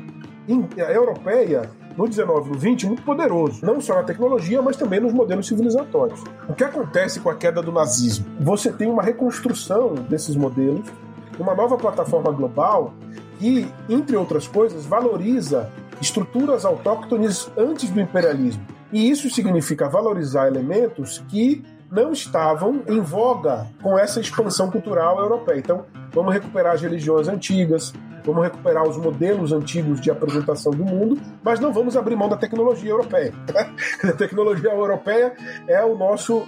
europeia no 19 e no 20 muito poderoso, não só na tecnologia, mas também nos modelos civilizatórios. O que acontece com a queda do nazismo? Você tem uma reconstrução desses modelos, uma nova plataforma global que, entre outras coisas, valoriza estruturas autóctones antes do imperialismo. E isso significa valorizar elementos que não estavam em voga com essa expansão cultural europeia. Então, vamos recuperar as religiões antigas, vamos recuperar os modelos antigos de apresentação do mundo, mas não vamos abrir mão da tecnologia europeia. A tecnologia europeia é o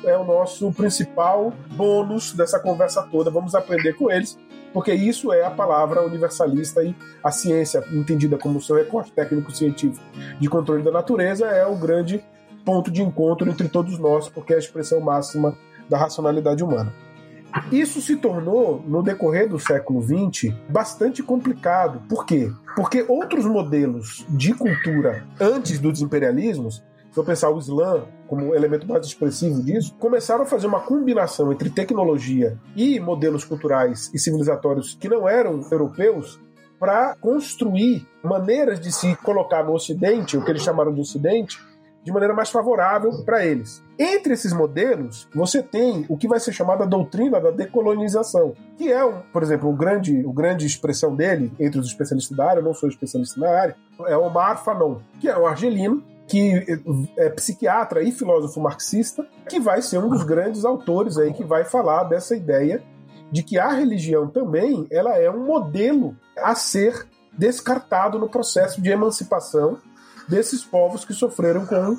nosso principal bônus dessa conversa toda. Vamos aprender com eles, porque isso é a palavra universalista e a ciência, entendida como seu recorte técnico-científico de controle da natureza, é o grande ponto de encontro entre todos nós, porque é a expressão máxima da racionalidade humana. Isso se tornou, no decorrer do século XX, bastante complicado. Por quê? Porque outros modelos de cultura antes dos imperialismos, se eu pensar o Islã como elemento mais expressivo disso, começaram a fazer uma combinação entre tecnologia e modelos culturais e civilizatórios que não eram europeus para construir maneiras de se colocar no Ocidente, o que eles chamaram de Ocidente, de maneira mais favorável para eles. Entre esses modelos, você tem o que vai ser chamado a doutrina da decolonização, que é, por exemplo, o grande expressão dele, entre os especialistas da área, eu não sou especialista na área, é Omar Fanon, que é um argelino, que é psiquiatra e filósofo marxista, que vai ser um dos grandes autores aí que vai falar dessa ideia de que a religião também ela é um modelo a ser descartado no processo de emancipação desses povos que sofreram com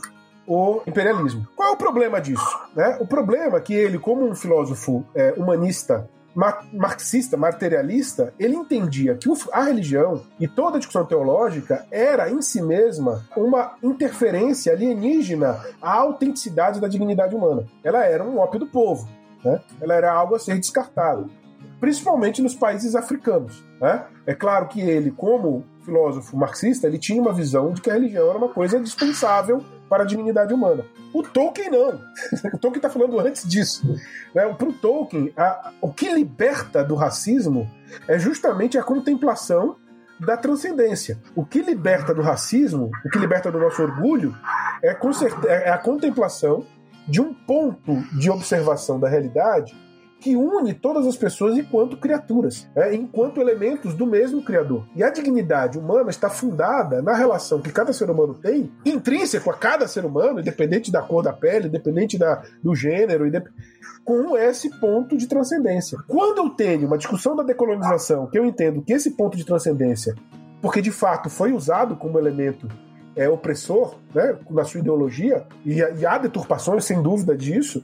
o imperialismo. Qual é o problema disso? Né? O problema é que ele, como um filósofo humanista, marxista, materialista, ele entendia que a religião e toda a discussão teológica era em si mesma uma interferência alienígena à autenticidade da dignidade humana. Ela era um ópio do povo, né? Ela era algo a ser descartado, principalmente nos países africanos, né? É claro que ele, como filósofo marxista, ele tinha uma visão de que a religião era uma coisa dispensável para a dignidade humana. O Tolkien não. O Tolkien está falando antes disso. Né? Para o Tolkien, o que liberta do racismo é justamente a contemplação da transcendência. O que liberta do racismo, o que liberta do nosso orgulho, é a contemplação de um ponto de observação da realidade que une todas as pessoas enquanto criaturas, enquanto elementos do mesmo Criador. E a dignidade humana está fundada na relação que cada ser humano tem, intrínseco a cada ser humano, independente da cor da pele, independente do gênero, com esse ponto de transcendência. Quando eu tenho uma discussão da decolonização, que eu entendo que esse ponto de transcendência, porque de fato foi usado como elemento opressor, né, na sua ideologia, e há deturpações, sem dúvida disso,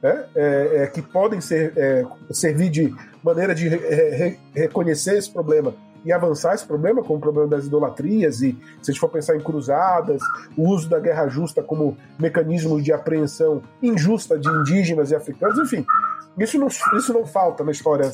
que podem servir de maneira de reconhecer esse problema e avançar esse problema, como o problema das idolatrias, e se a gente for pensar em cruzadas, o uso da guerra justa como mecanismo de apreensão injusta de indígenas e africanos, enfim, isso não falta na história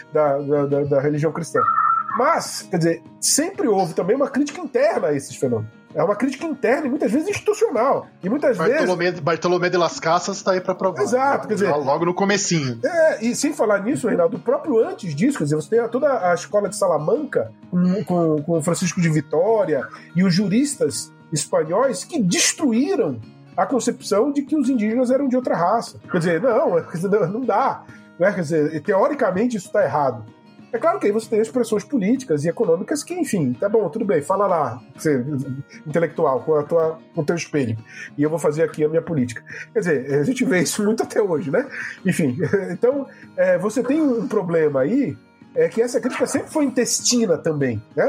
da religião cristã. Mas, quer dizer, sempre houve também uma crítica interna a esses fenômenos. É uma crítica interna e muitas vezes institucional. E muitas vezes... Bartolomé de las Casas está aí para provar. Exato, quer dizer... Logo no comecinho. E sem falar nisso, Reinaldo, o próprio antes disso, quer dizer, você tem toda a escola de Salamanca, com Francisco de Vitória, e os juristas espanhóis que destruíram a concepção de que os indígenas eram de outra raça. Quer dizer, não dá. Né? Quer dizer, teoricamente isso está errado. É claro que aí você tem as pressões políticas e econômicas que, enfim, tá bom, tudo bem, fala lá, você, intelectual, com o teu espelho, e eu vou fazer aqui a minha política. Quer dizer, a gente vê isso muito até hoje, né? Enfim, então, você tem um problema aí, que essa crítica sempre foi intestina também, né,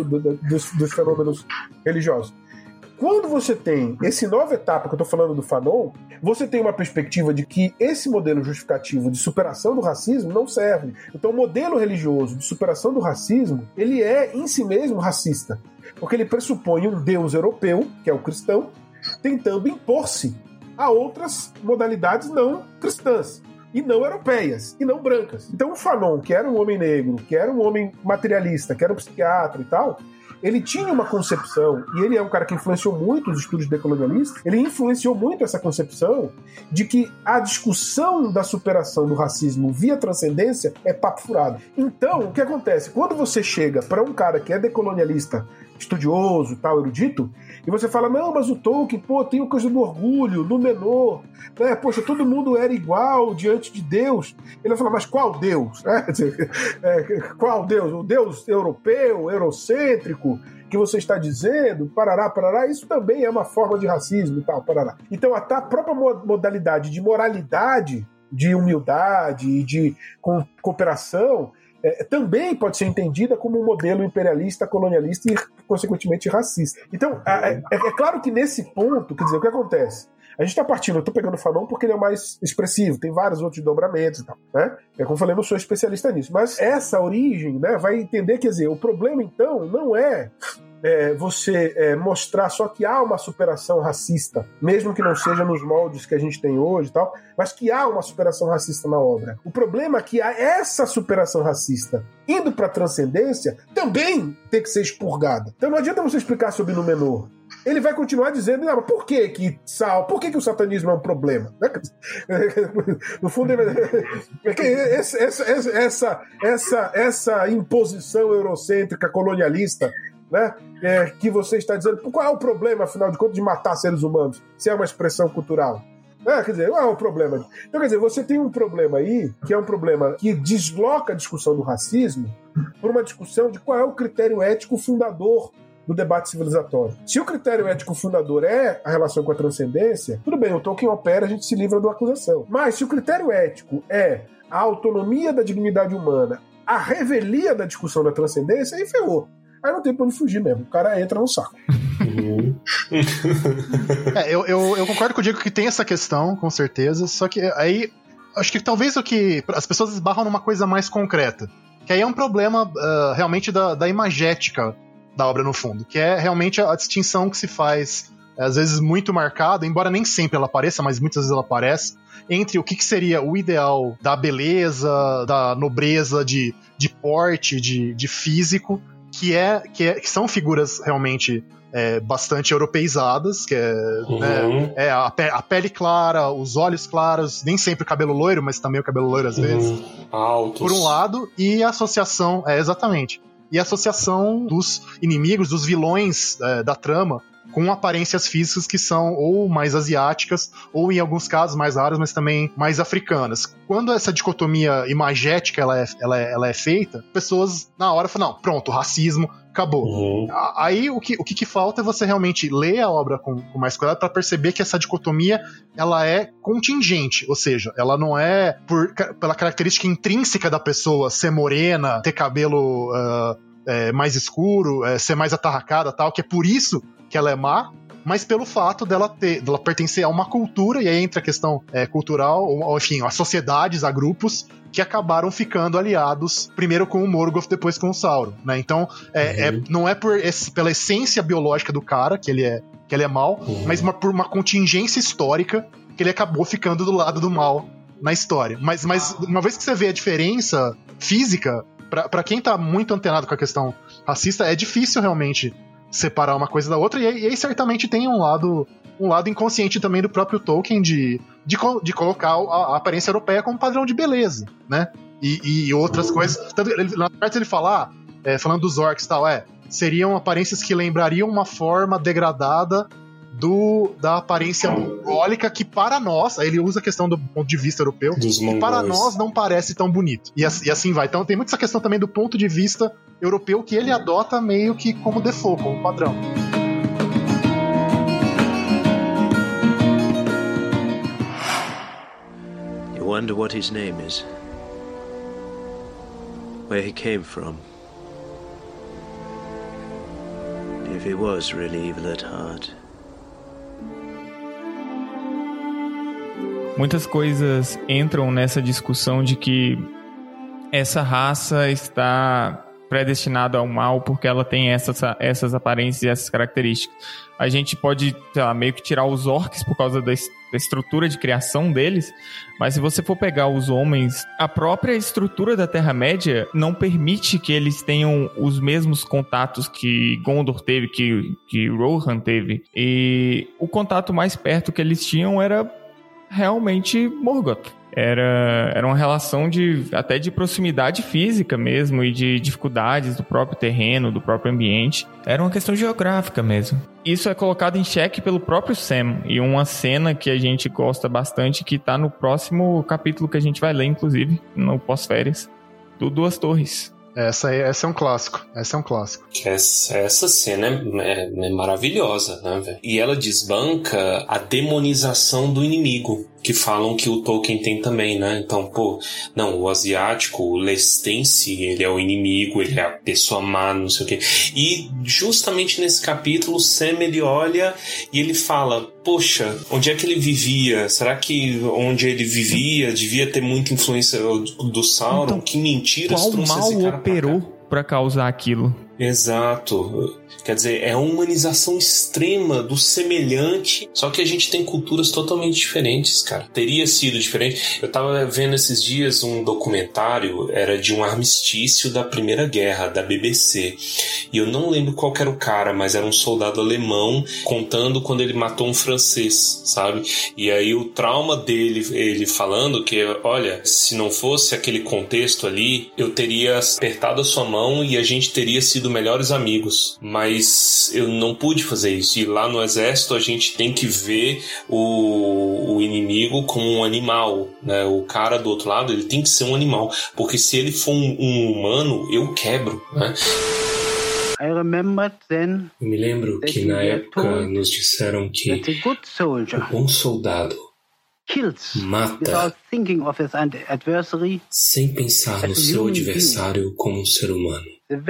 dos fenômenos religiosos. Quando você tem essa nova etapa que eu estou falando do Fanon, você tem uma perspectiva de que esse modelo justificativo de superação do racismo não serve. Então o modelo religioso de superação do racismo, ele é em si mesmo racista, porque ele pressupõe um Deus europeu, que é o cristão, tentando impor-se a outras modalidades não cristãs, e não europeias, e não brancas. Então o Fanon, que era um homem negro, que era um homem materialista, que era um psiquiatra e tal, ele tinha uma concepção, e ele é um cara que influenciou muito os estudos decolonialistas, ele influenciou muito essa concepção de que a discussão da superação do racismo via transcendência é papo furado. Então, o que acontece? Quando você chega para um cara que é decolonialista, estudioso, tal, erudito, e você fala, não, mas o Tolkien, tem a coisa do orgulho, do menor, né? Poxa, todo mundo era igual diante de Deus. Ele vai falar, mas qual Deus? Qual Deus? O Deus europeu, eurocêntrico, que você está dizendo, parará, isso também é uma forma de racismo e tal, parará. Então, até a própria modalidade de moralidade, de humildade e de cooperação, também pode ser entendida como um modelo imperialista, colonialista e, consequentemente, racista. Então, é claro que nesse ponto, quer dizer, o que acontece? A gente está partindo, eu estou pegando o Fanon porque ele é o mais expressivo, tem vários outros desdobramentos e tal, né? Como eu falei, eu não sou especialista nisso, mas essa origem, né, vai entender, quer dizer, o problema, então, não é você mostrar só que há uma superação racista, mesmo que não seja nos moldes que a gente tem hoje e tal, mas que há uma superação racista na obra. O problema é que essa superação racista, indo para a transcendência, também tem que ser expurgada. Então não adianta você explicar sobre Númenor. Ele vai continuar dizendo, não, mas por que o satanismo é um problema? No fundo, essa imposição eurocêntrica, colonialista, né, que você está dizendo, qual é o problema, afinal de contas, de matar seres humanos, se é uma expressão cultural? Quer dizer, qual é o problema? Então, quer dizer, você tem um problema aí, que é um problema que desloca a discussão do racismo por uma discussão de qual é o critério ético fundador do debate civilizatório. Se o critério ético fundador é a relação com a transcendência, tudo bem, o Tolkien opera, a gente se livra da acusação. Mas se o critério ético é a autonomia da dignidade humana, a revelia da discussão da transcendência, aí ferrou. Aí não tem pra onde fugir mesmo. O cara entra no saco. Eu concordo com o Diego que tem essa questão, com certeza. Só que aí, acho que talvez o que as pessoas esbarram numa coisa mais concreta. Que aí é um problema realmente da imagética da obra no fundo. Que é realmente a distinção que se faz, às vezes muito marcada, embora nem sempre ela apareça, mas muitas vezes ela aparece, entre o que seria o ideal da beleza, da nobreza, de porte, de físico, que são figuras realmente bastante europeizadas, que né, a pele clara, os olhos claros, nem sempre o cabelo loiro, mas também o cabelo loiro às vezes. Altos. Por um lado, e a associação, exatamente, e a associação dos inimigos, dos vilões da trama, com aparências físicas que são ou mais asiáticas, ou em alguns casos mais raras, mas também mais africanas. Quando essa dicotomia imagética ela é feita, pessoas na hora falam, não, pronto, racismo, acabou. Uhum. Aí o que falta é você realmente ler a obra com mais cuidado para perceber que essa dicotomia ela é contingente, ou seja, ela não é pela característica intrínseca da pessoa ser morena, ter cabelo mais escuro, ser mais atarracada, tal, que é por isso que ela é má, mas pelo fato dela pertencer a uma cultura, e aí entra a questão cultural, ou enfim, a sociedades, a grupos que acabaram ficando aliados, primeiro com o Morgoth, depois com o Sauron, né? Então, não é pela essência biológica do cara que ele é mau, mas por uma contingência histórica que ele acabou ficando do lado do mal na história. Mas uma vez que você vê a diferença física, pra quem tá muito antenado com a questão racista, é difícil realmente separar uma coisa da outra, e aí certamente tem um lado inconsciente também do próprio Tolkien de colocar a aparência europeia como padrão de beleza, né? E outras coisas. Tanto, na parte ele fala, falando dos orcs e tal, seriam aparências que lembrariam uma forma degradada da aparência mongólica, que para nós, aí ele usa a questão do ponto de vista europeu, que para nós não parece tão bonito. E assim vai. Então tem muito essa questão também do ponto de vista europeu que ele adota meio que como default, como padrão. You wonder what his name is? Where he came from? If he was really evil at heart. Muitas coisas entram nessa discussão de que essa raça está predestinada ao mal porque ela tem essas aparências e essas características. A gente pode, sei lá, meio que tirar os orcs por causa da estrutura de criação deles, mas se você for pegar os homens, a própria estrutura da Terra-média não permite que eles tenham os mesmos contatos que Gondor teve, que Rohan teve. E o contato mais perto que eles tinham era realmente Morgoth. Era uma relação até de proximidade física mesmo e de dificuldades do próprio terreno, do próprio ambiente. Era uma questão geográfica mesmo. Isso é colocado em xeque pelo próprio Sam, e uma cena que a gente gosta bastante, que tá no próximo capítulo que a gente vai ler, inclusive, no pós-férias, do Duas Torres. Essa é um clássico. Essa cena é maravilhosa, né, velho? E ela desbanca a demonização do inimigo, que falam que o Tolkien tem também, né? Então, o asiático, o lestense, ele é o inimigo, ele é a pessoa má, não sei o quê. E justamente nesse capítulo, o Sam, ele olha e ele fala, poxa, onde é que ele vivia? Será que onde ele vivia devia ter muita influência do Sauron? Então, que mentiras trouxe esse cara pra cá? Qual mal operou pra causar aquilo? Exato. Quer dizer, é a humanização extrema do semelhante, só que a gente tem culturas totalmente diferentes, cara. Teria sido diferente. Eu tava vendo esses dias um documentário, era de um armistício da Primeira Guerra, da BBC. E eu não lembro qual que era o cara, mas era um soldado alemão contando quando ele matou um francês, sabe? E aí o trauma dele, ele falando que, olha, se não fosse aquele contexto ali, eu teria apertado a sua mão e a gente teria sido melhores amigos. Mas eu não pude fazer isso. E lá no exército a gente tem que ver o inimigo como um animal, né? O cara do outro lado, ele tem que ser um animal. Porque se ele for um humano, eu quebro, né? Eu me lembro que na época nos disseram que o bom soldado mata sem pensar no seu adversário como um ser humano.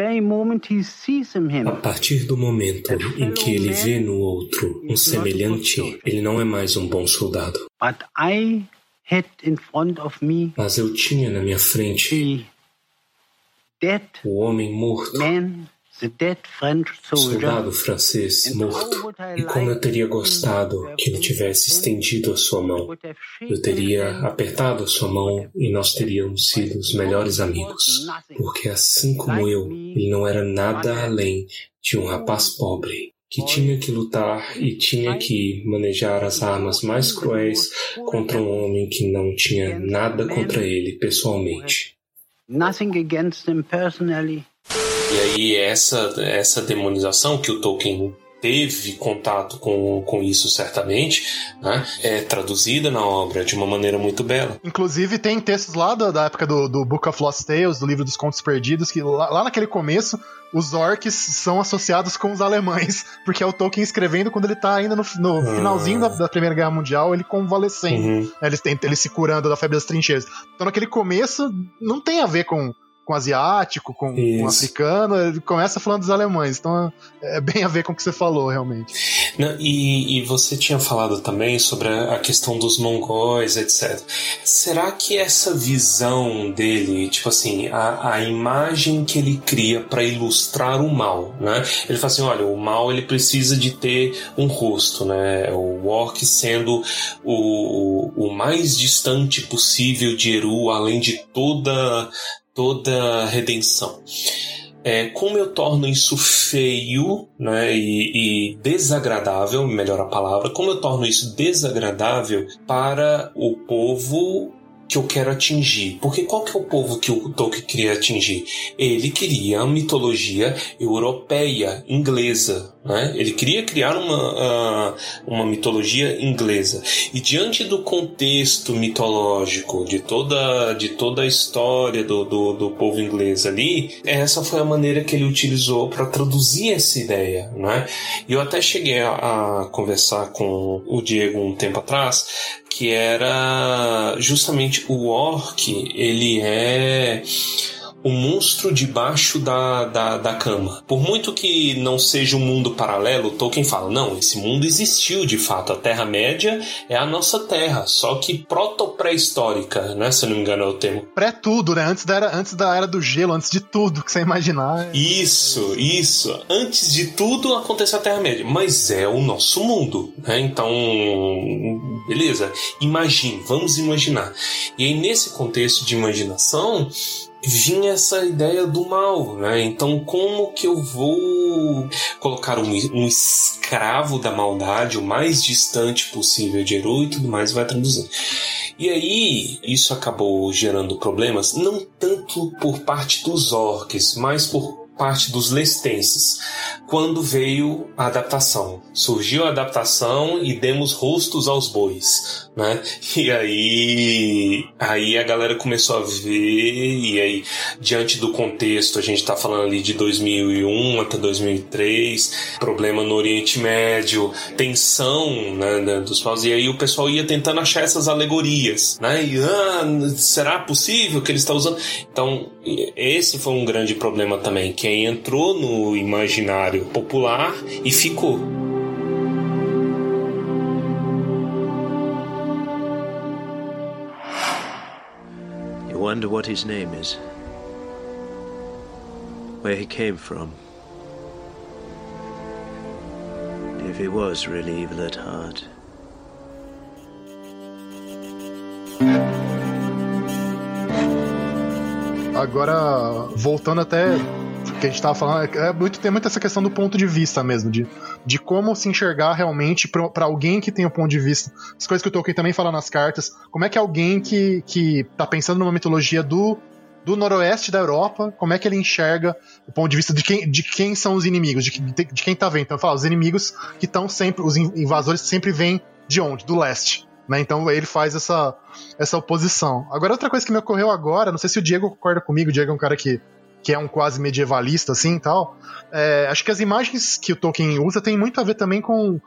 A partir do momento em que ele vê no outro um semelhante, ele não é mais um bom soldado. Mas eu tinha na minha frente o homem morto, o soldado francês morto. E como eu teria gostado que ele tivesse estendido a sua mão. Eu teria apertado a sua mão e nós teríamos sido os melhores amigos. Porque assim como eu, ele não era nada além de um rapaz pobre que tinha que lutar e tinha que manejar as armas mais cruéis contra um homem que não tinha nada contra ele pessoalmente. E aí essa demonização que o Tolkien teve contato com isso certamente, né? É traduzida na obra de uma maneira muito bela. Inclusive tem textos lá da época do Book of Lost Tales, do livro dos Contos Perdidos, que lá naquele começo os orcs são associados com os alemães, porque é o Tolkien escrevendo quando ele tá ainda no finalzinho da Primeira Guerra Mundial, ele convalescendo, ele se curando da febre das trincheiras. Então naquele começo não tem a ver com asiático, com africano, ele começa falando dos alemães, então é bem a ver com o que você falou, realmente. Não, e você tinha falado também sobre a questão dos mongóis, etc. Será que essa visão dele, tipo assim, a imagem que ele cria para ilustrar o mal, né? Ele fala assim, olha, o mal ele precisa de ter um rosto, né? O orc sendo o mais distante possível de Eru, além de toda redenção. Como eu torno isso feio, né, e desagradável, melhor a palavra, como eu torno isso desagradável para o povo que eu quero atingir? Porque qual que é o povo que o Tolkien queria atingir? Ele queria a mitologia europeia, inglesa, né? Ele queria criar uma mitologia inglesa. E diante do contexto mitológico, de toda a história do povo inglês ali, essa foi a maneira que ele utilizou para traduzir essa ideia, né? E eu até cheguei a conversar com o Diego um tempo atrás, que era justamente o orc, ele é o monstro debaixo da cama. Por muito que não seja um mundo paralelo, Tolkien fala, não, esse mundo existiu de fato, a Terra-média é a nossa Terra, só que proto-pré-histórica, né, se eu não me engano é o termo. Pré-tudo, né, antes da Era do Gelo, antes de tudo que você imaginar. Isso, antes de tudo aconteceu a Terra-média, mas é o nosso mundo, né, então, beleza, vamos imaginar. E aí nesse contexto de imaginação, vinha essa ideia do mal, né? Então, como que eu vou colocar um escravo da maldade o mais distante possível de Eru e tudo mais, vai traduzir. E aí, isso acabou gerando problemas, não tanto por parte dos orcs, mas por parte dos lestenses, quando veio a adaptação. Surgiu a adaptação e demos rostos aos bois, né? E aí a galera começou a ver, e aí, diante do contexto, a gente tá falando ali de 2001 até 2003, problema no Oriente Médio, tensão, né, dos paus, e aí o pessoal ia tentando achar essas alegorias, né? E, será possível que ele está usando? Então, esse foi um grande problema também, que aí entrou no imaginário popular e ficou. You wonder what his name is, where he came from, if he was really evil at heart. Agora, voltando até que a gente tava falando, tem muito essa questão do ponto de vista mesmo, de como se enxergar realmente pra alguém que tem o ponto de vista. As coisas que o Tolkien também fala nas cartas, como é que alguém que tá pensando numa mitologia do noroeste da Europa, como é que ele enxerga o ponto de vista de quem são os inimigos, de quem tá vendo. Então, fala, os inimigos que estão sempre, os invasores sempre vêm de onde? Do leste. Né? Então ele faz essa oposição. Agora, outra coisa que me ocorreu agora, não sei se o Diego concorda comigo, o Diego é um cara que é um quase medievalista, assim, e tal. Acho que as imagens que o Tolkien usa tem muito a ver também com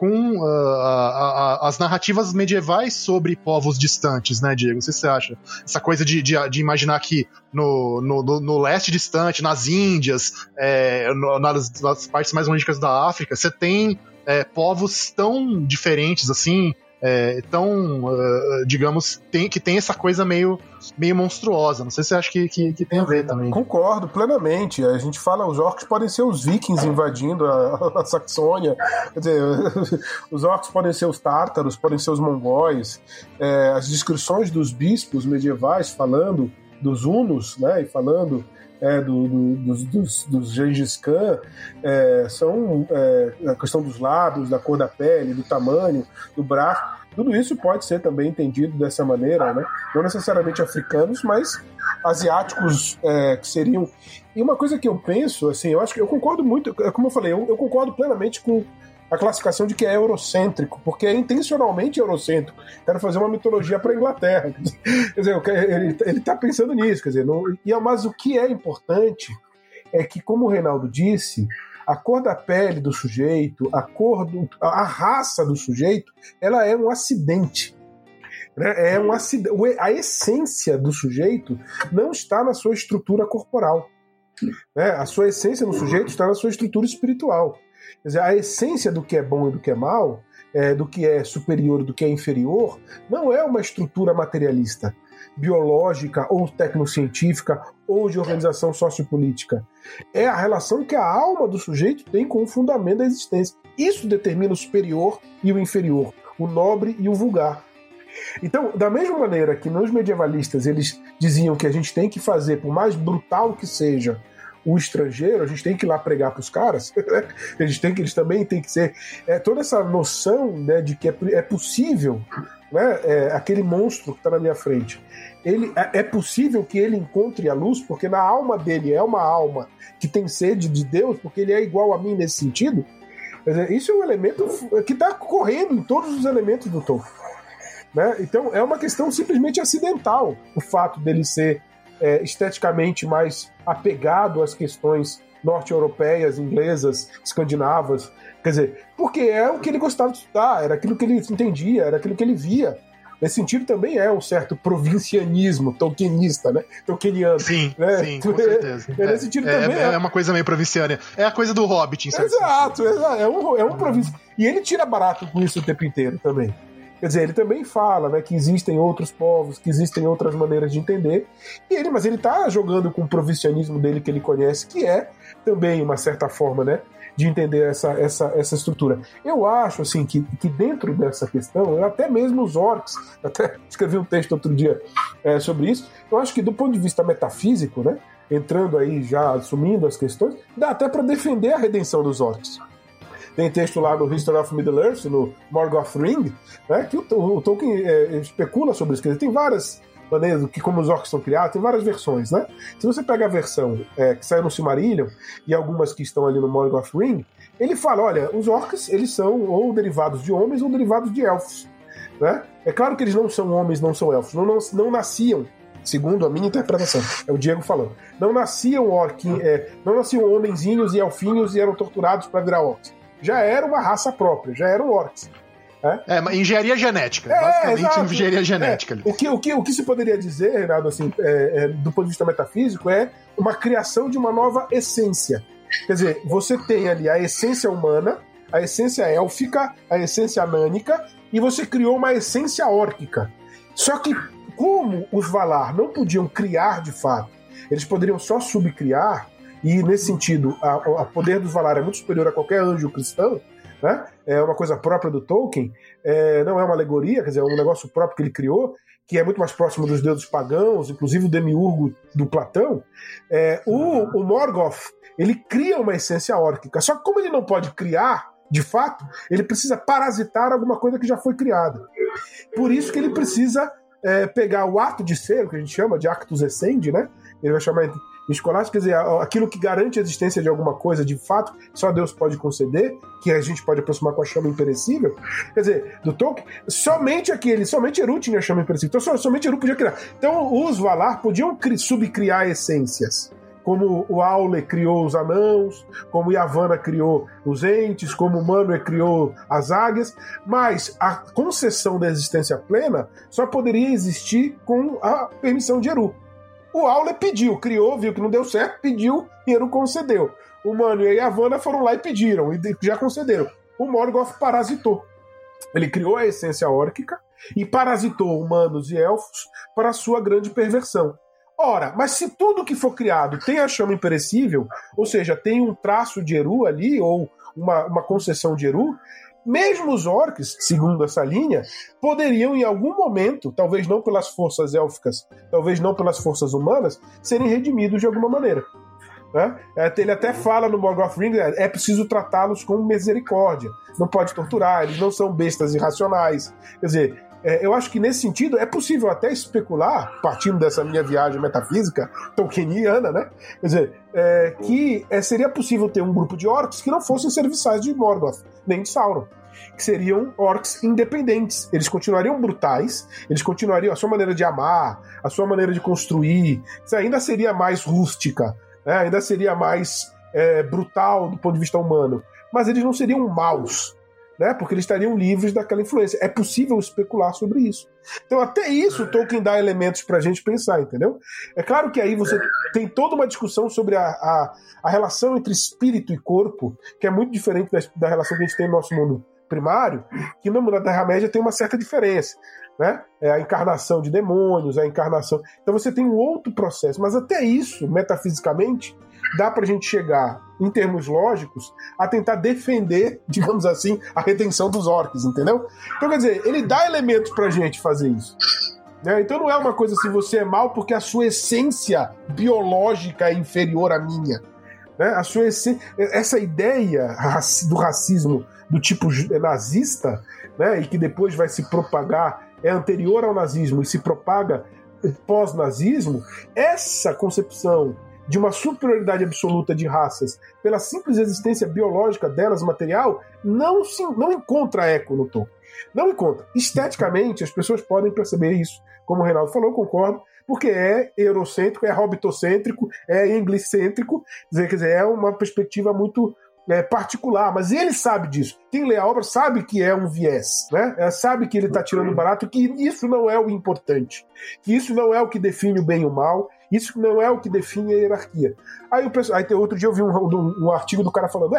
as narrativas medievais sobre povos distantes, né, Diego? Não sei se você acha. Essa coisa de imaginar que no leste distante, nas Índias, nas partes mais longínquas da África, você tem povos tão diferentes, assim, digamos, que tem essa coisa meio monstruosa. Não sei se você acha que tem a ver também. Concordo plenamente. A gente fala, os orcs podem ser os vikings invadindo a Saxônia, quer dizer, os orcs podem ser os tártaros, podem ser os mongóis. As descrições dos bispos medievais falando dos hunos, né, e falando dos Gengis Khan, são a questão dos lábios, da cor da pele, do tamanho, do braço. Tudo isso pode ser também entendido dessa maneira, né? Não necessariamente africanos, mas asiáticos que seriam... E uma coisa que eu penso, assim, eu acho que eu concordo muito, como eu falei, eu concordo plenamente com a classificação de que é eurocêntrico, porque é intencionalmente eurocêntrico. Quero fazer uma mitologia para a Inglaterra. Quer dizer, ele está pensando nisso, quer dizer, mas o que é importante é que, como o Reinaldo disse, a cor da pele do sujeito, a raça do sujeito, ela é um acidente. Né? A essência do sujeito não está na sua estrutura corporal. Né? A sua essência no sujeito está na sua estrutura espiritual. Quer dizer, a essência do que é bom e do que é mal, do que é superior e do que é inferior, não é uma estrutura materialista, biológica ou tecnocientífica ou de organização sociopolítica. É a relação que a alma do sujeito tem com o fundamento da existência. Isso determina o superior e o inferior, o nobre e o vulgar. Então, da mesma maneira que nos medievalistas eles diziam que a gente tem que fazer, por mais brutal que seja, o estrangeiro, a gente tem que ir lá pregar para os caras, eles também têm que ser... toda essa noção, né, de que é possível, né, aquele monstro que está na minha frente, é possível que ele encontre a luz, porque na alma dele é uma alma que tem sede de Deus, porque ele é igual a mim nesse sentido. Isso é um elemento que está correndo em todos os elementos do Tolkien. Né? Então é uma questão simplesmente acidental o fato dele ser esteticamente mais apegado às questões norte-europeias, inglesas, escandinavas, quer dizer, porque é o que ele gostava de estudar, era aquilo que ele entendia, era aquilo que ele via. Nesse sentido também é um certo provincianismo tolkienista, né? Tolkieniano. Sim, né? sim, com certeza. Nesse sentido também é uma coisa meio provinciana. É a coisa do Hobbit, em certo sentido. Exato. É um província. E ele tira barato com isso o tempo inteiro também. Quer dizer, ele também fala, né, que existem outros povos, que existem outras maneiras de entender, mas ele está jogando com o provincianismo dele que ele conhece, que é também uma certa forma, né, de entender essa estrutura. Eu acho assim, que dentro dessa questão, até mesmo os orcs, até escrevi um texto outro dia sobre isso, eu acho que do ponto de vista metafísico, né, entrando aí já assumindo as questões, dá até para defender a redenção dos orcs. Tem texto lá no History of Middle-earth, no Morgoth Ring, né, que o Tolkien especula sobre isso. Quer dizer, tem várias maneiras que como os orcs são criados, tem várias versões, né? Se você pega a versão que saiu no Silmarillion e algumas que estão ali no Morgoth Ring, ele fala, olha, os orcs, eles são ou derivados de homens ou derivados de elfos, né? É claro que eles não são homens, não são elfos, não nasciam, segundo a minha interpretação, é o Diego falando, não nasciam homenzinhos e elfinhos e eram torturados para virar orcs. Já era uma raça própria, já eram orcs. Engenharia genética, basicamente exato. Engenharia genética. Ali. O que se poderia dizer, Reinaldo, assim, do ponto de vista metafísico, é uma criação de uma nova essência. Quer dizer, você tem ali a essência humana, a essência élfica, a essência nânica, e você criou uma essência órquica. Só que, como os Valar não podiam criar de fato, eles poderiam só subcriar, e nesse sentido, o poder dos Valar é muito superior a qualquer anjo cristão, né? É uma coisa própria do Tolkien, não é uma alegoria, quer dizer, é um negócio próprio que ele criou, que é muito mais próximo dos deuses pagãos, inclusive o demiurgo do Platão. O Morgoth, ele cria uma essência órquica, só que como ele não pode criar, de fato, ele precisa parasitar alguma coisa que já foi criada. Por isso que ele precisa pegar o ato de ser, o que a gente chama de actus essendi, né? Ele vai chamar escolástico, quer dizer, aquilo que garante a existência de alguma coisa, de fato, só Deus pode conceder, que a gente pode aproximar com a chama imperecível. Quer dizer, do Tolkien, somente Eru tinha a chama imperecível, então somente Eru podia criar. Então os Valar podiam subcriar essências, como o Aule criou os anãos, como o Yavanna criou os entes, como o Manwë criou as águias, mas a concessão da existência plena só poderia existir com a permissão de Eru. O Aule pediu, criou, viu que não deu certo, pediu e Eru concedeu. O Manwë e a Yavanna foram lá e pediram, e já concederam. O Morgoth parasitou. Ele criou a essência órquica e parasitou humanos e elfos para a sua grande perversão. Ora, mas se tudo que for criado tem a chama imperecível, ou seja, tem um traço de Eru ali, ou uma concessão de Eru, mesmo os orcs, segundo essa linha, poderiam em algum momento, talvez não pelas forças élficas, talvez não pelas forças humanas, serem redimidos de alguma maneira. Né? Ele até fala no Morgoth Ring, é preciso tratá-los com misericórdia, não pode torturar, eles não são bestas irracionais. Quer dizer, eu acho que nesse sentido é possível até especular, partindo dessa minha viagem metafísica tolkieniana, né? Quer dizer, que seria possível ter um grupo de orcs que não fossem serviçais de Morgoth, nem de Sauron. Que seriam orcs independentes. Eles continuariam brutais, eles continuariam a sua maneira de amar, a sua maneira de construir, isso ainda seria mais rústica, né? Ainda seria mais brutal do ponto de vista humano. Mas eles não seriam maus, né? Porque eles estariam livres daquela influência. É possível especular sobre isso. Então até isso o Tolkien dá elementos pra gente pensar, entendeu? É claro que aí você tem toda uma discussão sobre a relação entre espírito e corpo, que é muito diferente da relação que a gente tem no nosso mundo primário, que no mundo da Terra-média tem uma certa diferença, né? A encarnação de demônios, a encarnação... Então você tem um outro processo, mas até isso, metafisicamente, dá pra gente chegar, em termos lógicos, a tentar defender, digamos assim, a redenção dos orcs, entendeu? Então, quer dizer, ele dá elementos pra gente fazer isso. Né? Então não é uma coisa assim, você é mal porque a sua essência biológica é inferior à minha. Né? A sua essa ideia do racismo do tipo nazista, né, e que depois vai se propagar, é anterior ao nazismo e se propaga pós-nazismo, essa concepção de uma superioridade absoluta de raças pela simples existência biológica delas, material, não encontra eco no Tolkien. Não encontra. Esteticamente, as pessoas podem perceber isso. Como o Reinaldo falou, concordo, porque é eurocêntrico, é hobbitocêntrico, é anglicêntrico, quer dizer, é uma perspectiva muito particular, mas ele sabe disso. Quem lê a obra sabe que é um viés, né? Sabe que ele está tirando barato, que isso não é o importante, que isso não é o que define o bem e o mal, isso não é o que define a hierarquia. Aí outro dia eu vi um artigo do cara falando,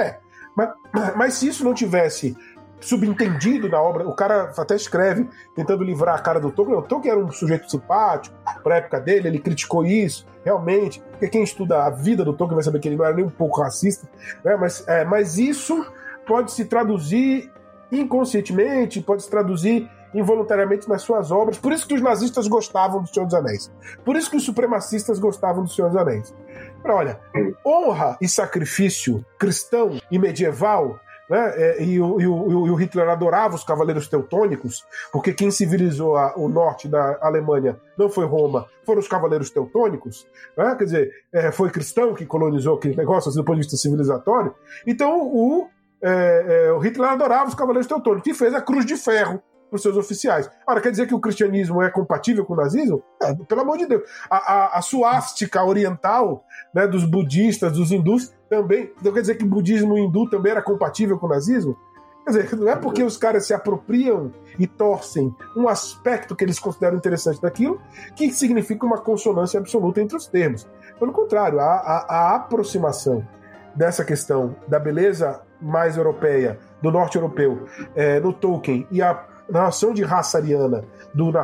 mas se isso não tivesse subentendido na obra, o cara até escreve tentando livrar a cara do Tolkien. O Tolkien era um sujeito simpático para a época dele, ele criticou isso, realmente, porque quem estuda a vida do Tolkien vai saber que ele não era nem um pouco racista, né? Mas isso pode se traduzir inconscientemente, pode se traduzir involuntariamente nas suas obras. Por isso que os nazistas gostavam do Senhor dos Anéis, por isso que os supremacistas gostavam do Senhor dos Anéis. Olha, honra e sacrifício cristão e medieval, né? E o Hitler adorava os cavaleiros teutônicos, porque quem civilizou o norte da Alemanha não foi Roma, foram os cavaleiros teutônicos, né? Quer dizer, foi cristão que colonizou aquele negócio assim, do ponto de vista civilizatório. Então o Hitler adorava os cavaleiros teutônicos e fez a cruz de ferro para os seus oficiais. Ora, quer dizer que o cristianismo é compatível com o nazismo? Pelo amor de Deus. A suástica oriental, né, dos budistas, dos hindus, também. Então quer dizer que o budismo hindu também era compatível com o nazismo? Quer dizer, não é porque os caras se apropriam e torcem um aspecto que eles consideram interessante daquilo que significa uma consonância absoluta entre os termos. Pelo contrário, a aproximação dessa questão da beleza mais europeia, do norte europeu, no Tolkien, e a narração de raça ariana do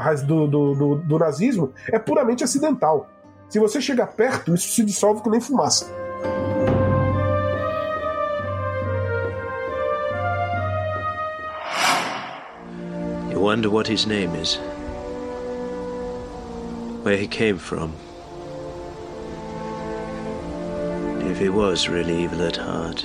nazismo é puramente acidental. Se você chegar perto, isso se dissolve que nem fumaça. You wonder what his name is, where he came from, if he was really evil at heart.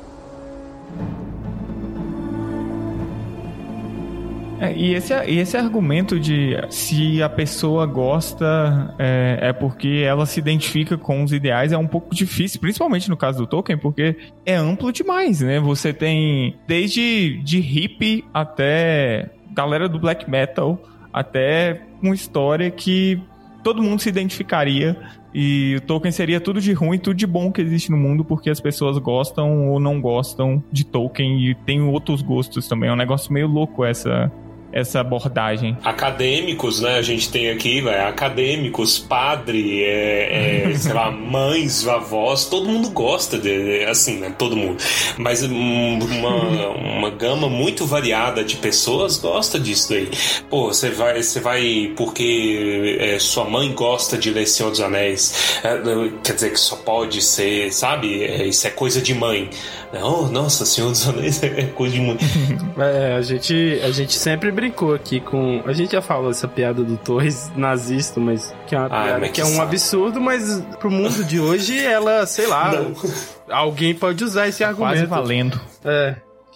E esse argumento de se a pessoa gosta é porque ela se identifica com os ideais é um pouco difícil, principalmente no caso do Tolkien, porque é amplo demais, né? Você tem desde de hippie até galera do black metal, até uma história que todo mundo se identificaria, e o Tolkien seria tudo de ruim, tudo de bom que existe no mundo, porque as pessoas gostam ou não gostam de Tolkien e tem outros gostos também. É um negócio meio louco essa abordagem. Acadêmicos, né? A gente tem aqui, acadêmicos, padre, sei lá, mães, avós, todo mundo gosta assim, né? Todo mundo. Mas uma gama muito variada de pessoas gosta disso daí. Pô, você vai porque sua mãe gosta de ler Senhor dos Anéis, quer dizer que só pode ser, sabe? Isso é coisa de mãe. Não, nossa, Senhor dos Anéis é coisa de mãe. A gente sempre brincou aqui com... A gente já falou essa piada do Torres nazista, mas que é uma piada que é um absurdo, mas pro mundo de hoje ela, sei lá, alguém pode usar esse argumento. Quase valendo.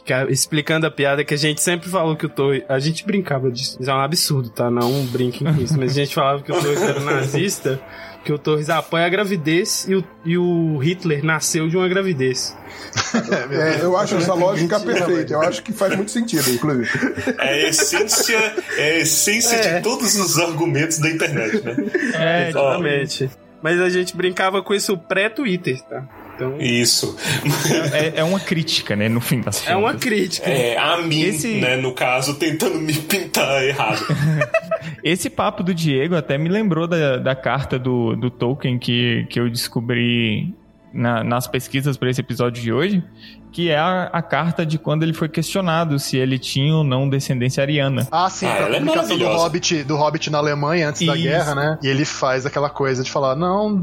explicando a piada, que a gente sempre falou que o Torres... A gente brincava disso. Isso é um absurdo, tá? Não brinquem com isso. Mas a gente falava que o Torres era nazista, que o Torres apoia a gravidez e o Hitler nasceu de uma gravidez. Eu acho essa lógica perfeita. Eu acho que faz muito sentido, inclusive. É a essência de todos os argumentos da internet, né? Exatamente. Mas a gente brincava com isso pré-Twitter, tá? Então, isso. É uma crítica, né? No fim das contas. É uma crítica. A mim, né? No caso, tentando me pintar errado. Esse papo do Diego até me lembrou da carta do Tolkien que eu descobri nas pesquisas para esse episódio de hoje, que é a carta de quando ele foi questionado se ele tinha ou não descendência ariana. Ah, sim, pra publicação do Hobbit na Alemanha antes da guerra, né? E ele faz aquela coisa de falar,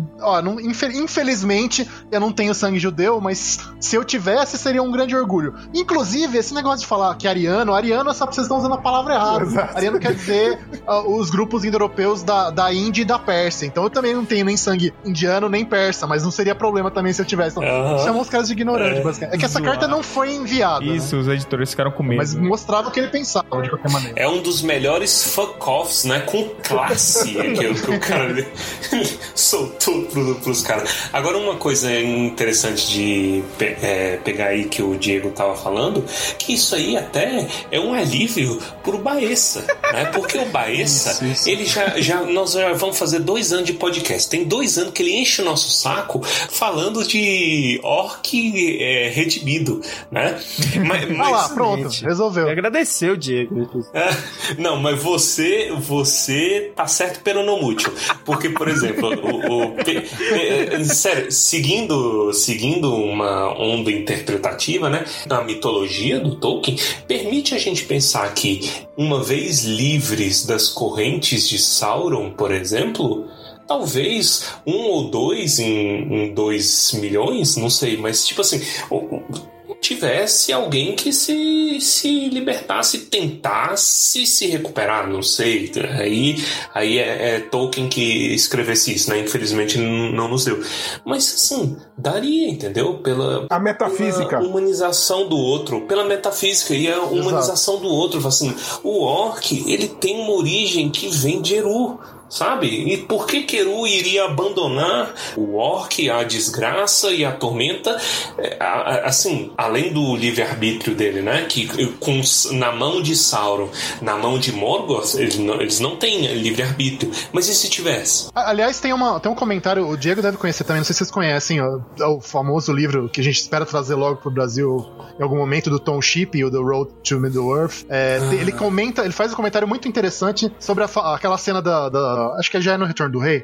infelizmente eu não tenho sangue judeu, mas se eu tivesse seria um grande orgulho. Inclusive, esse negócio de falar que ariano é só porque vocês estão usando a palavra errada. Exato. Ariano quer dizer os grupos indo-europeus da Índia e da Pérsia. Então eu também não tenho nem sangue indiano nem persa, mas não seria problema também se eu tivesse. Então, chamam os caras de ignorantes, basicamente. É que essa carta não foi enviada. Isso, né? Os editores ficaram com medo. Mas mostrava o que ele pensava, de qualquer maneira. É um dos melhores fuck-offs, né? Com classe que o cara soltou pros caras. Agora, uma coisa interessante de pegar aí que o Diego tava falando, que isso aí até é um alívio pro Baessa, né? Porque o Baessa, ele nós já vamos fazer 2 anos de podcast. Tem 2 anos que ele enche o nosso saco falando de orc redimido, né? Mas pronto, resolveu. Agradeceu, Diego. Não, mas você tá certo pelo não mútil. Porque, por exemplo, sério, seguindo uma onda interpretativa, né? A mitologia do Tolkien permite a gente pensar que, uma vez livres das correntes de Sauron, por exemplo, talvez 1 ou 2 em 2 milhões, não sei, mas tipo assim, tivesse alguém que se libertasse, tentasse se recuperar, não sei. Aí é Tolkien que escrevesse isso, né? Infelizmente não nos deu. Mas assim, daria, entendeu? A metafísica. Pela humanização do outro, pela metafísica e a humanização do outro. Assim, o orc, ele tem uma origem que vem de Eru, sabe? E por que Eru iria abandonar o orc, a desgraça e a tormenta, assim, além do livre-arbítrio dele, né? Que na mão de Sauron, na mão de Morgoth, eles não têm livre-arbítrio. Mas e se tivesse? Aliás, tem um comentário, o Diego deve conhecer também, não sei se vocês conhecem, o famoso livro que a gente espera trazer logo pro Brasil em algum momento, do Tom Shippey, o The Road to Middle-earth. Ele faz um comentário muito interessante sobre aquela cena acho que já é no Retorno do Rei.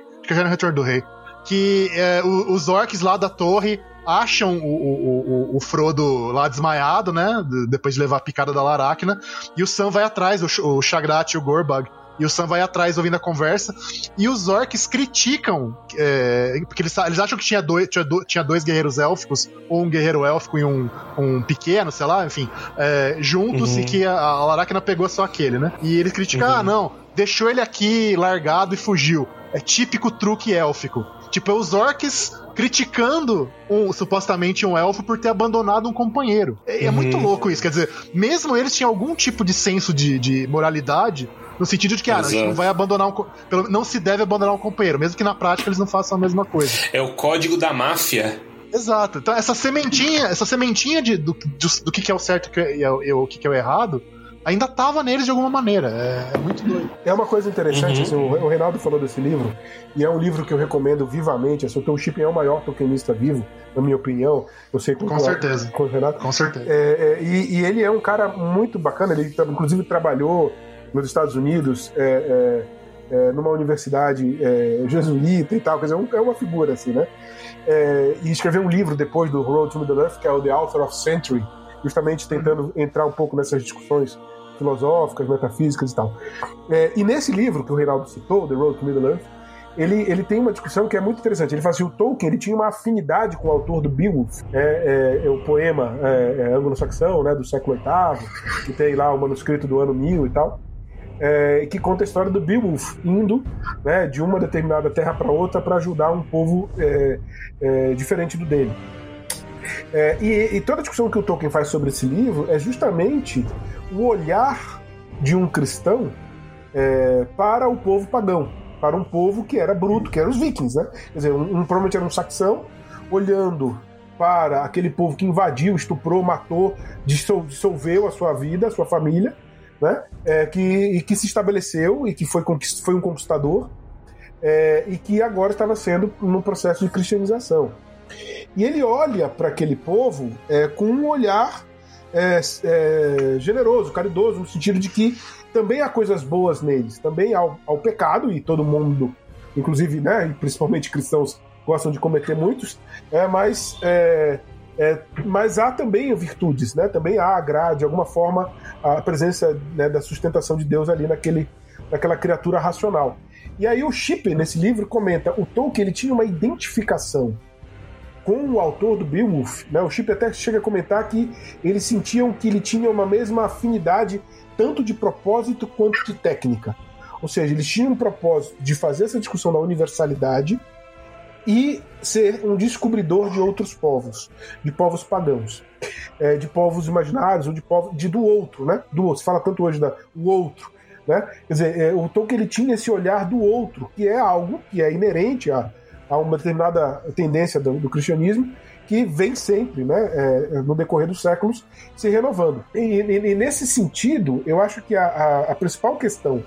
Que os orcs lá da torre acham o Frodo lá desmaiado, né? Depois de levar a picada da Laracna. E o Sam vai atrás, o Shagrat e o Gorbag. E o Sam vai atrás ouvindo a conversa. E os orcs criticam, porque eles acham que tinha dois guerreiros élficos, ou um guerreiro élfico e um pequeno, sei lá, enfim, juntos, e que a Laracna pegou só aquele, né? E eles criticam, não, deixou ele aqui largado e fugiu. É típico truque élfico. Tipo, é os orcs criticando supostamente um elfo por ter abandonado um companheiro. É muito louco isso, quer dizer, mesmo eles tinham algum tipo de senso de moralidade, no sentido de que a gente não vai abandonar não se deve abandonar um companheiro, mesmo que na prática eles não façam a mesma coisa. É o código da máfia. Exato. Então essa sementinha do que é o certo e o que é o errado, ainda estava neles de alguma maneira. É muito doido. É uma coisa interessante, assim, o Reinaldo falou desse livro, e é um livro que eu recomendo vivamente. Assim, o Tom Shippey é o maior tolkienista vivo, na minha opinião. Eu sei com certeza. Com o Renato. Com certeza. E ele é um cara muito bacana. Ele inclusive trabalhou nos Estados Unidos, numa universidade jesuíta e tal. Quer dizer, é uma figura, assim, né? E escreveu um livro depois do Road to Middle-earth, que é o The Author of Century, justamente tentando entrar um pouco nessas discussões filosóficas, metafísicas e tal. E nesse livro que o Reinaldo citou, The Road to Middle-earth, ele tem uma discussão que é muito interessante. Ele fala assim, o Tolkien ele tinha uma afinidade com o autor do Beowulf, o poema anglo-saxão, né, do século VIII, que tem lá o manuscrito do ano 1000 e tal, que conta a história do Beowulf indo, né, de uma determinada terra para outra para ajudar um povo diferente do dele. E toda a discussão que o Tolkien faz sobre esse livro é justamente o olhar de um cristão para o povo pagão, para um povo que era bruto, que eram os vikings, né? Quer dizer, provavelmente era um saxão, olhando para aquele povo que invadiu, estuprou, matou, dissolveu a sua vida, a sua família, né? Que se estabeleceu e que foi um conquistador, e que agora estava sendo no processo de cristianização. E ele olha para aquele povo com um olhar generoso, caridoso, no sentido de que também há coisas boas neles, também há o pecado, e todo mundo, inclusive, né, e principalmente cristãos, gostam de cometer muitos, mas há também virtudes, né? Também há, de alguma forma, a presença, né, da sustentação de Deus ali naquela criatura racional. E aí o Shippen, nesse livro, comenta, o Tolkien ele tinha uma identificação com o autor do Beowulf, né? O Shippen até chega a comentar que eles sentiam que ele tinha uma mesma afinidade tanto de propósito quanto de técnica. Ou seja, eles tinham um propósito de fazer essa discussão da universalidade e ser um descobridor de outros povos, de povos pagãos, de povos imaginários, ou do outro, né? Do outro. Se fala tanto hoje o outro, né? Quer dizer, o Tolkien ele tinha esse olhar do outro, que é algo que é inerente a uma determinada tendência do cristianismo, que vem sempre, né, no decorrer dos séculos, se renovando. E nesse sentido, eu acho que a principal questão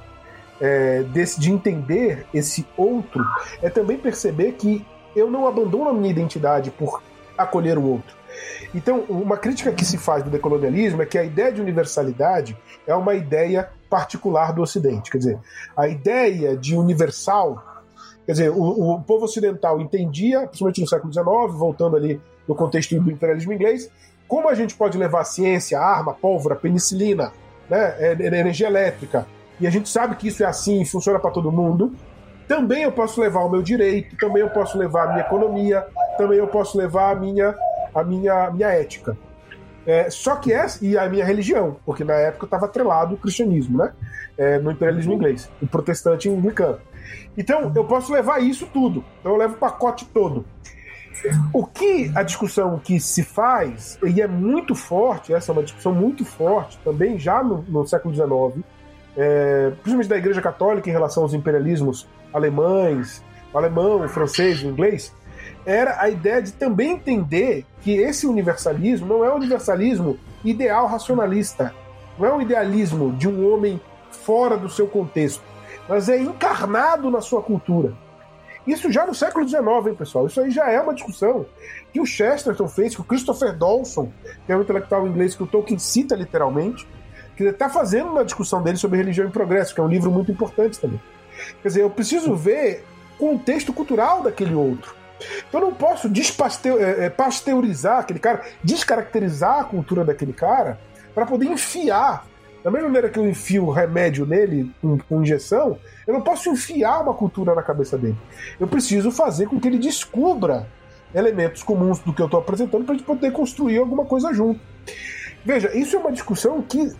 de entender esse outro é também perceber que eu não abandono a minha identidade por acolher o outro. Então, uma crítica que se faz do decolonialismo é que a ideia de universalidade é uma ideia particular do Ocidente. Quer dizer, a ideia de universal. Quer dizer, o povo ocidental entendia, principalmente no século XIX, voltando ali no contexto do imperialismo inglês, como a gente pode levar ciência, arma, pólvora, penicilina, né, energia elétrica, e a gente sabe que isso é assim e funciona para todo mundo. Também eu posso levar o meu direito, também eu posso levar a minha economia, também eu posso levar a minha ética. Só que e a minha religião, porque na época estava atrelado o cristianismo, né, no imperialismo inglês, o protestante anglicano. Então, eu posso levar isso tudo. Então, eu levo o pacote todo. O que a discussão que se faz, e é muito forte, essa é uma discussão muito forte, também já no século XIX, principalmente da Igreja Católica em relação aos imperialismos alemães, o alemão, o francês, o inglês, era a ideia de também entender que esse universalismo não é um universalismo ideal racionalista, não é um idealismo de um homem fora do seu contexto, mas é encarnado na sua cultura. Isso já no século XIX, hein, pessoal? Isso aí já é uma discussão que o Chesterton fez, que o Christopher Dawson, que é um intelectual inglês que o Tolkien cita literalmente, que está fazendo uma discussão dele sobre religião e progresso, que é um livro muito importante também. Quer dizer, eu preciso ver o contexto cultural daquele outro. Então eu não posso pasteurizar aquele cara, descaracterizar a cultura daquele cara, para poder enfiar. Da mesma maneira que eu enfio remédio nele com injeção, eu não posso enfiar uma cultura na cabeça dele. Eu preciso fazer com que ele descubra elementos comuns do que eu estou apresentando para a gente poder construir alguma coisa junto. Veja, isso é uma discussão que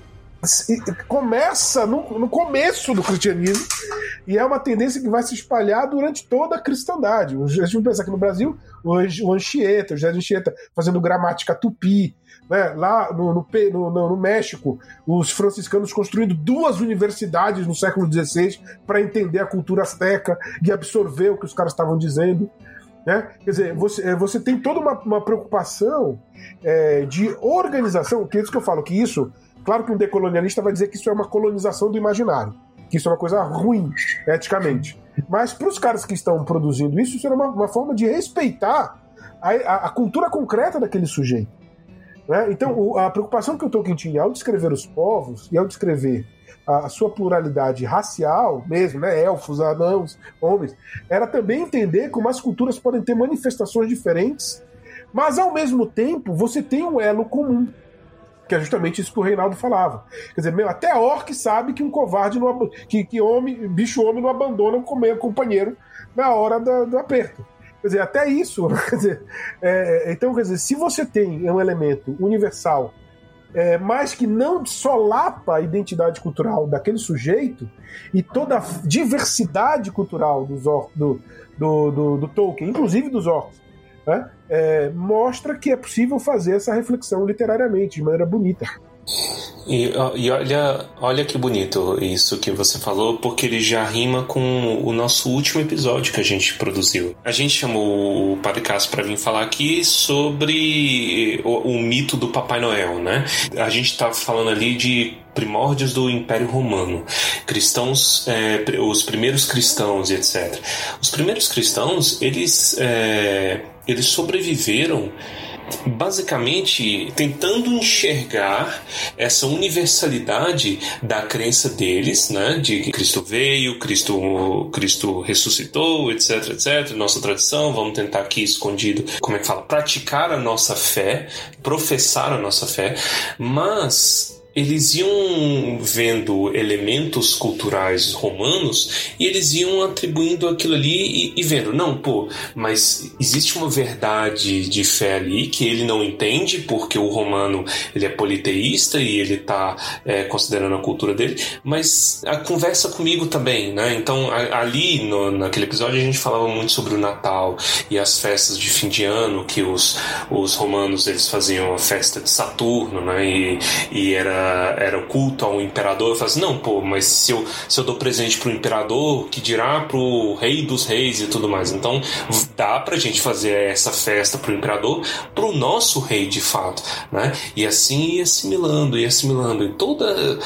começa no começo do cristianismo e é uma tendência que vai se espalhar durante toda a cristandade. A gente vai pensar que no Brasil, o Anchieta, o José de Anchieta fazendo gramática tupi, né? Lá no México, os franciscanos construindo 2 universidades no século XVI para entender a cultura azteca e absorver o que os caras estavam dizendo. Né? Quer dizer, você tem toda uma preocupação de organização, que é isso que eu falo, que isso, claro que um decolonialista vai dizer que isso é uma colonização do imaginário, que isso é uma coisa ruim, eticamente. Mas para os caras que estão produzindo isso era uma forma de respeitar a cultura concreta daquele sujeito. Né? Então, a preocupação que o Tolkien tinha ao descrever os povos e ao descrever a sua pluralidade racial, mesmo, né, elfos, anãos, homens, era também entender como as culturas podem ter manifestações diferentes, mas ao mesmo tempo você tem um elo comum, que é justamente isso que o Reinaldo falava. Quer dizer, até orc sabe que um covarde, bicho homem não abandona o companheiro na hora do aperto. Quer dizer, até isso. Quer dizer, então, quer dizer, se você tem um elemento universal, mas que não solapa a identidade cultural daquele sujeito e toda a diversidade cultural do Tolkien, inclusive dos orcs, né? Mostra que é possível fazer essa reflexão literariamente, de maneira bonita. E olha que bonito isso que você falou, porque ele já rima com o nosso último episódio que a gente produziu. A gente chamou o Padre Cássio para vir falar aqui sobre o mito do Papai Noel, né? A gente tá falando ali de primórdios do Império Romano, cristãos, os primeiros cristãos e etc. Os primeiros cristãos, eles sobreviveram basicamente tentando enxergar essa universalidade da crença deles, né, de que Cristo veio, Cristo ressuscitou, etc, etc, nossa tradição, vamos tentar aqui escondido, praticar a nossa fé, professar a nossa fé, mas eles iam vendo elementos culturais romanos e eles iam atribuindo aquilo ali e vendo, mas existe uma verdade de fé ali que ele não entende, porque o romano ele é politeísta e ele está considerando a cultura dele, mas conversa comigo também, né? Então ali naquele episódio a gente falava muito sobre o Natal e as festas de fim de ano, que os romanos eles faziam a festa de Saturno, né? E era o culto ao imperador. Eu falei assim, mas se eu dou presente pro imperador, que dirá pro rei dos reis e tudo mais. Então dá pra gente fazer essa festa pro imperador, pro nosso rei de fato, né? E assim ia assimilando. E toda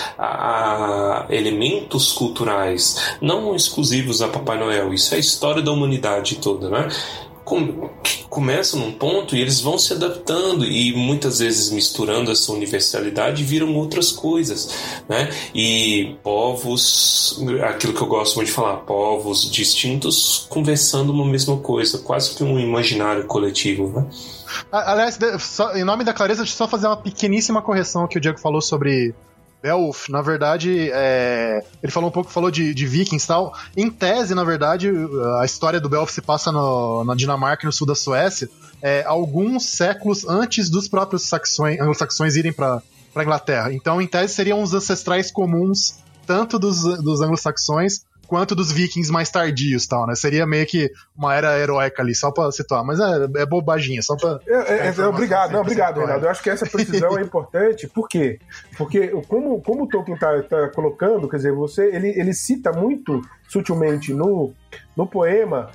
elementos culturais não exclusivos a Papai Noel. Isso é a história da humanidade toda, né? Começam num ponto e eles vão se adaptando e muitas vezes misturando essa universalidade viram outras coisas, né? E povos, aquilo que eu gosto muito de falar, povos distintos conversando uma mesma coisa, quase que um imaginário coletivo, né? Aliás, em nome da clareza, deixa eu só fazer uma pequeníssima correção que o Diego falou sobre Beowulf. Na verdade, ele falou de vikings e tal. Em tese, na verdade, a história do Beowulf se passa na Dinamarca e no sul da Suécia, alguns séculos antes dos próprios anglo-saxões irem para Inglaterra. Então, em tese, seriam os ancestrais comuns tanto dos anglo-saxões quanto dos vikings mais tardios, tal, né? Seria meio que uma era heróica ali, só pra situar, mas é bobaginha, só pra... Obrigado, Reinaldo. Eu acho que essa precisão é importante. Por quê? Porque como o Tolkien tá colocando, quer dizer, ele cita muito sutilmente no poema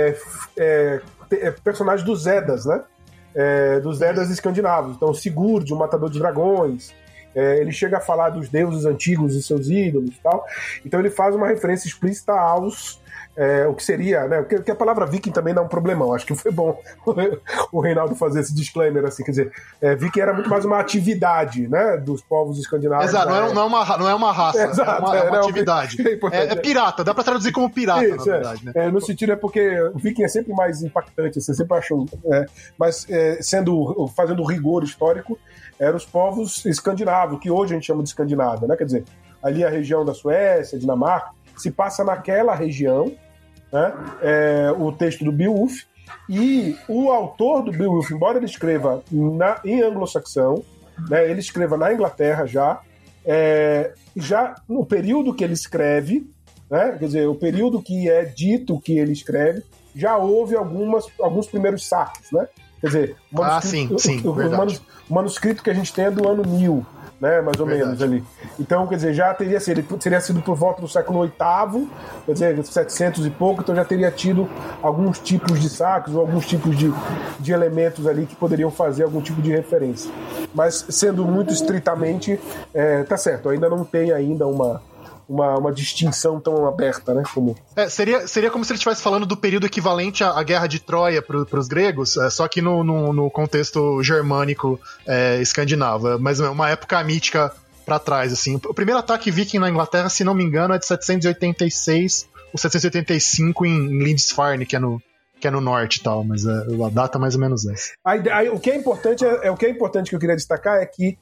personagens dos Eddas, né? Dos Eddas escandinavos. Então, Sigurd, o matador de dragões. Ele chega a falar dos deuses antigos e seus ídolos e tal. Então ele faz uma referência explícita aos... o que seria, né? Porque a palavra viking também dá um problemão. Acho que foi bom o Reinaldo fazer esse disclaimer, assim. Quer dizer, viking era muito mais uma atividade, né? Dos povos escandinavos. Exato, não é uma raça. Exato, é uma atividade. É pirata, dá pra traduzir como pirata, isso, na verdade. Né? No sentido porque o viking é sempre mais impactante, você sempre acha mas fazendo rigor histórico, eram os povos escandinavos, que hoje a gente chama de Escandinávia, né? Quer dizer, ali a região da Suécia, Dinamarca, se passa naquela região, né? O texto do Beowulf, e o autor do Beowulf, embora ele escreva em anglo-saxão, né? Ele escreva na Inglaterra já no período que ele escreve, né? Quer dizer, o período que é dito que ele escreve, já houve alguns primeiros saques, né? Quer dizer, o manuscrito que a gente tem é do ano 1000, né, mais ou menos ali. Então, quer dizer, já teria sido por volta do século VIII, quer dizer, 700 e pouco, então já teria tido alguns tipos de saques ou alguns tipos de elementos ali que poderiam fazer algum tipo de referência. Mas, sendo muito estritamente, tá certo, ainda não tem ainda uma distinção tão aberta, né? Seria como se ele estivesse falando do período equivalente à Guerra de Troia para os gregos, só que no contexto germânico escandinavo, mas uma época mítica para trás, assim. O primeiro ataque viking na Inglaterra, se não me engano, é de 786 ou 785 em Lindisfarne, que é no norte e tal, mas a data é mais ou menos essa. O que é importante que eu queria destacar é que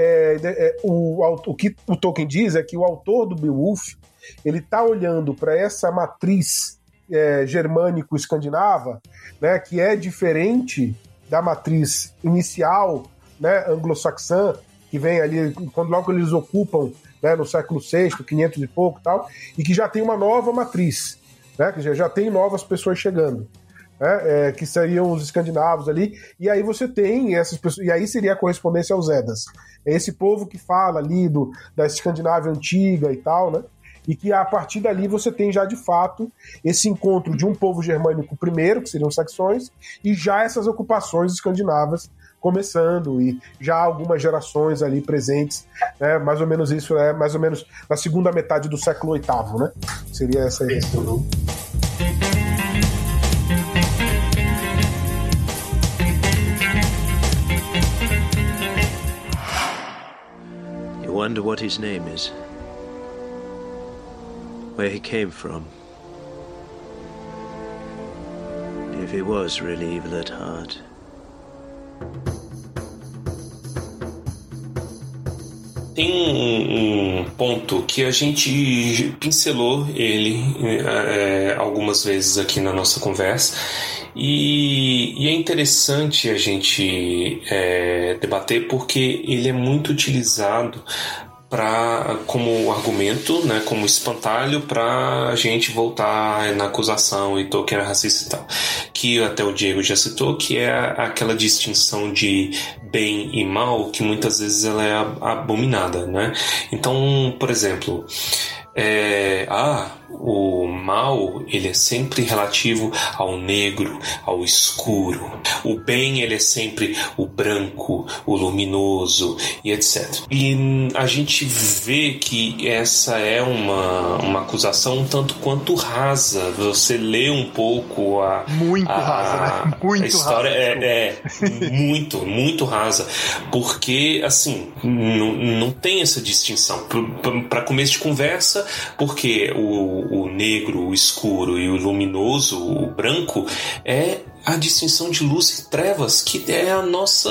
o que o Tolkien diz é que o autor do Beowulf ele está olhando para essa matriz germânico-escandinava, né, que é diferente da matriz inicial, né, anglo-saxã, que vem ali logo eles ocupam, né, no século VI, 500 e pouco, tal, e que já tem uma nova matriz, né, que já tem novas pessoas chegando. né, que seriam os escandinavos ali, e aí você tem essas pessoas, e aí seria a correspondência aos Eddas. É esse povo que fala ali da Escandinávia antiga e tal, né? E que a partir dali você tem já de fato esse encontro de um povo germânico primeiro, que seriam os saxões, e já essas ocupações escandinavas começando, e já algumas gerações ali presentes, né? Mais ou menos isso, mais ou menos na segunda metade do século VIII, né? Seria essa aí. You wonder what his name is? Where he came from? If he was really evil at heart. Tem um ponto que a gente pincelou ele algumas vezes aqui na nossa conversa, e é interessante a gente debater porque ele é muito utilizado como argumento, né, como espantalho para a gente voltar na acusação e Tolkien era racista e tal, que até o Diego já citou, que é aquela distinção de bem e mal que muitas vezes ela é abominada, né? Então, por exemplo, o mal, ele é sempre relativo ao negro, ao escuro. O bem, ele é sempre o branco, o luminoso e etc. E a gente vê que essa é uma acusação um tanto quanto rasa. Você lê um pouco rasa, né? Muito a história rasa. Muito rasa. Porque, assim, não tem essa distinção. Para começo de conversa, porque o negro, o escuro e o luminoso, o branco, é a distinção de luz e trevas, que é a nossa...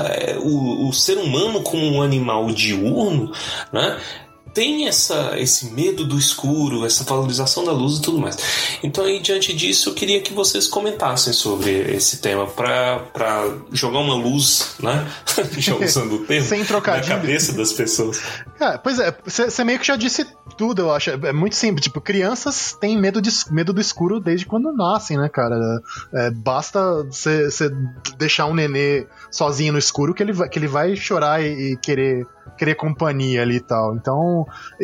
o ser humano como um animal diurno, né? Tem esse medo do escuro, essa valorização da luz e tudo mais. Então, aí, diante disso, eu queria que vocês comentassem sobre esse tema para jogar uma luz, né? Já usando o termo, sem trocadilho, na cabeça das pessoas. Pois é, você meio que já disse tudo, eu acho. É muito simples. Tipo, crianças têm medo do escuro desde quando nascem, né, cara? Basta você deixar um nenê sozinho no escuro que ele vai chorar e querer companhia ali e tal. Então,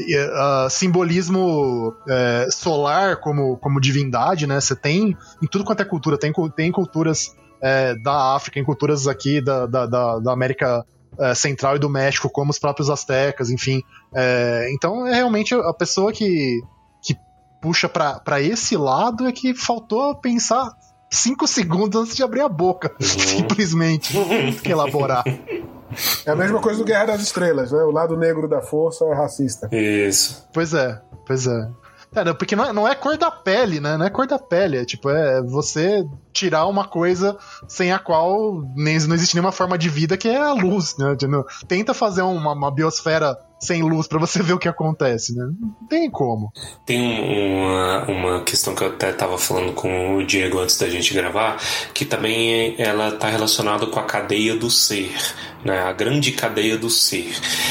simbolismo solar como divindade, né? Você tem em tudo quanto é cultura. Tem culturas da África, em culturas aqui da América Central e do México, como os próprios astecas, enfim. Então, é realmente a pessoa que puxa pra esse lado é que faltou pensar 5 segundos antes de abrir a boca. Simplesmente. Muito que elaborar. É a mesma coisa do Guerra das Estrelas, né? O lado negro da força é racista. Isso. Pois é. Porque não é cor da pele, né? Não é cor da pele. É você tirar uma coisa sem a qual não existe nenhuma forma de vida, que é a luz, né? Tenta fazer uma biosfera sem luz pra você ver o que acontece, né? Não tem como. Tem uma questão que eu até tava falando com o Diego antes da gente gravar, que também ela tá relacionada com a cadeia do ser, né? A grande cadeia do ser,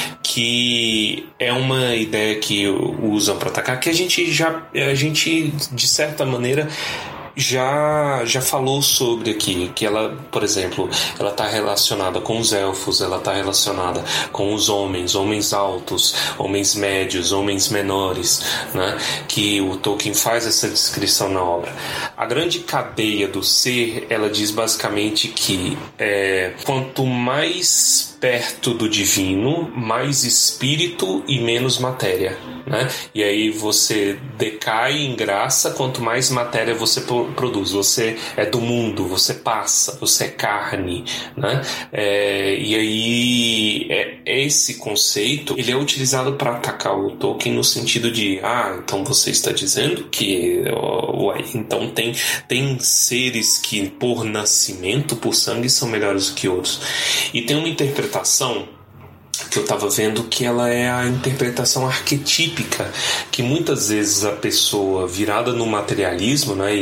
que é uma ideia que usam para atacar, que a gente de certa maneira já falou sobre aqui, que ela, por exemplo, ela está relacionada com os elfos, ela está relacionada com os homens altos, homens médios, homens menores, né? Que o Tolkien faz essa descrição na obra. A grande cadeia do ser, ela diz basicamente que quanto mais perto do divino, mais espírito e menos matéria, né? E aí você decai em graça quanto mais matéria você produz. Você é do mundo, você passa, você é carne, né? E aí esse conceito, ele é utilizado para atacar o Tolkien no sentido de então você está dizendo que então tem seres que por nascimento, por sangue, são melhores do que outros. E tem uma interpretação que eu estava vendo que ela é a interpretação arquetípica, que muitas vezes a pessoa virada no materialismo, né,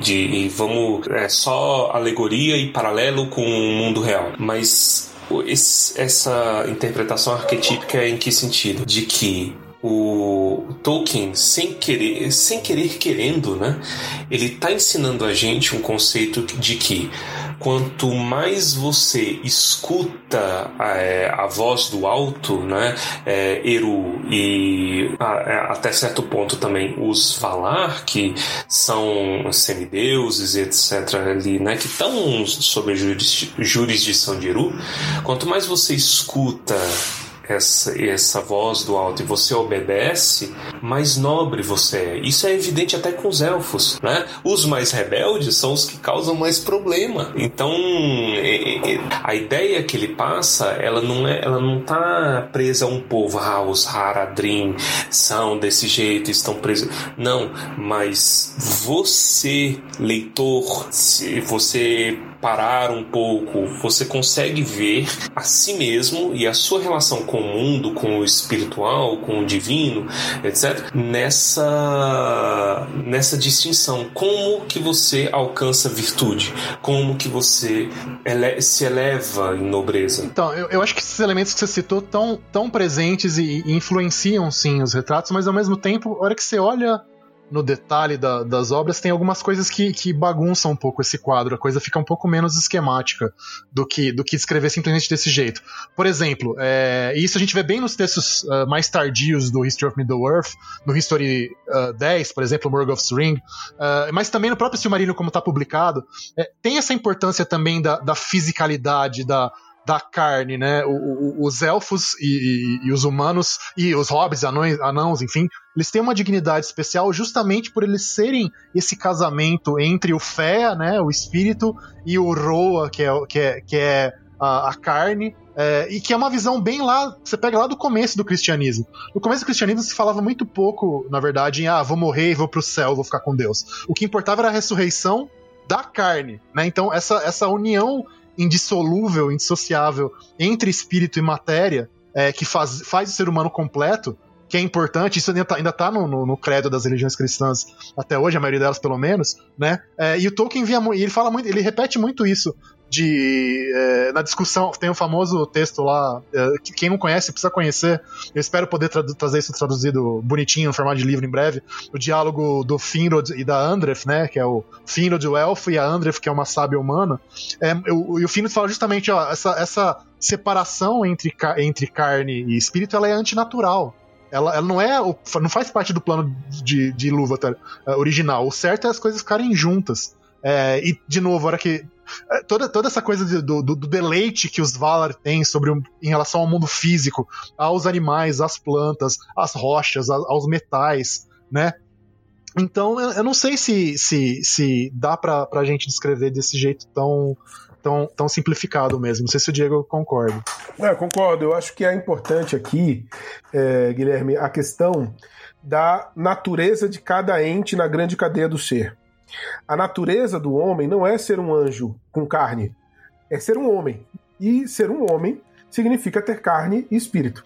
só alegoria e paralelo com o mundo real, mas essa interpretação arquetípica é em que sentido? De que o Tolkien, sem querer querendo, né? Ele está ensinando a gente um conceito de que quanto mais você escuta a voz do alto, né? Eru e até certo ponto também os Valar, que são semideuses, etc. ali, né? Que estão sob a jurisdição de Eru. Quanto mais você escuta essa voz do alto e você obedece, mais nobre você é. Isso é evidente até com os elfos, né? Os mais rebeldes são os que causam mais problema. Então, a ideia que ele passa, ela não tá presa a um povo. Os Haradrim são desse jeito, estão presos. Não, mas você, leitor, se você parar um pouco, você consegue ver a si mesmo e a sua relação com o mundo, com o espiritual, com o divino, etc. Nessa distinção. Como que você alcança virtude? Como que você se eleva em nobreza? Então, eu acho que esses elementos que você citou tão presentes e influenciam, sim, os retratos, mas ao mesmo tempo, a hora que você olha no detalhe das obras, tem algumas coisas que bagunçam um pouco esse quadro, a coisa fica um pouco menos esquemática do que escrever simplesmente desse jeito. Por exemplo, isso a gente vê bem nos textos mais tardios do History of Middle-earth, no History 10, por exemplo, Morgoth's Ring, mas também no próprio Silmarillion, como está publicado, tem essa importância também da fisicalidade, da carne, né? Os elfos e os humanos e os hobbits, anãos, enfim, eles têm uma dignidade especial justamente por eles serem esse casamento entre o Fëa, né, o espírito, e o Roa, que é a carne, e que é uma visão bem lá, você pega lá do começo do cristianismo. No começo do cristianismo se falava muito pouco, na verdade, em vou morrer e vou pro céu, vou ficar com Deus. O que importava era a ressurreição da carne, né? Então essa união indissolúvel, indissociável entre espírito e matéria, que faz o ser humano completo, que é importante, isso ainda tá no credo das religiões cristãs até hoje, a maioria delas pelo menos, né? E o Tolkien ele repete muito isso na discussão. Tem um famoso texto lá, que quem não conhece precisa conhecer. Eu espero poder trazer isso traduzido bonitinho, no formato de livro em breve. O diálogo do Finrod e da Andref, né, que é o Finrod, o elfo, e a Andref, que é uma sábia humana. E o Finrod fala justamente, essa separação entre carne e espírito, ela é antinatural. Ela não faz parte do plano de Ilúvatar original. O certo é as coisas ficarem juntas. E, de novo, a hora que toda essa coisa do deleite que os Valar têm em relação ao mundo físico, aos animais, às plantas, às rochas, aos metais, né? Então, eu não sei se dá pra gente descrever desse jeito tão simplificado mesmo. Não sei se o Diego concorda. Concordo. Eu acho que é importante aqui, Guilherme, a questão da natureza de cada ente na grande cadeia do ser. A natureza do homem não é ser um anjo com carne, é ser um homem. E ser um homem significa ter carne e espírito.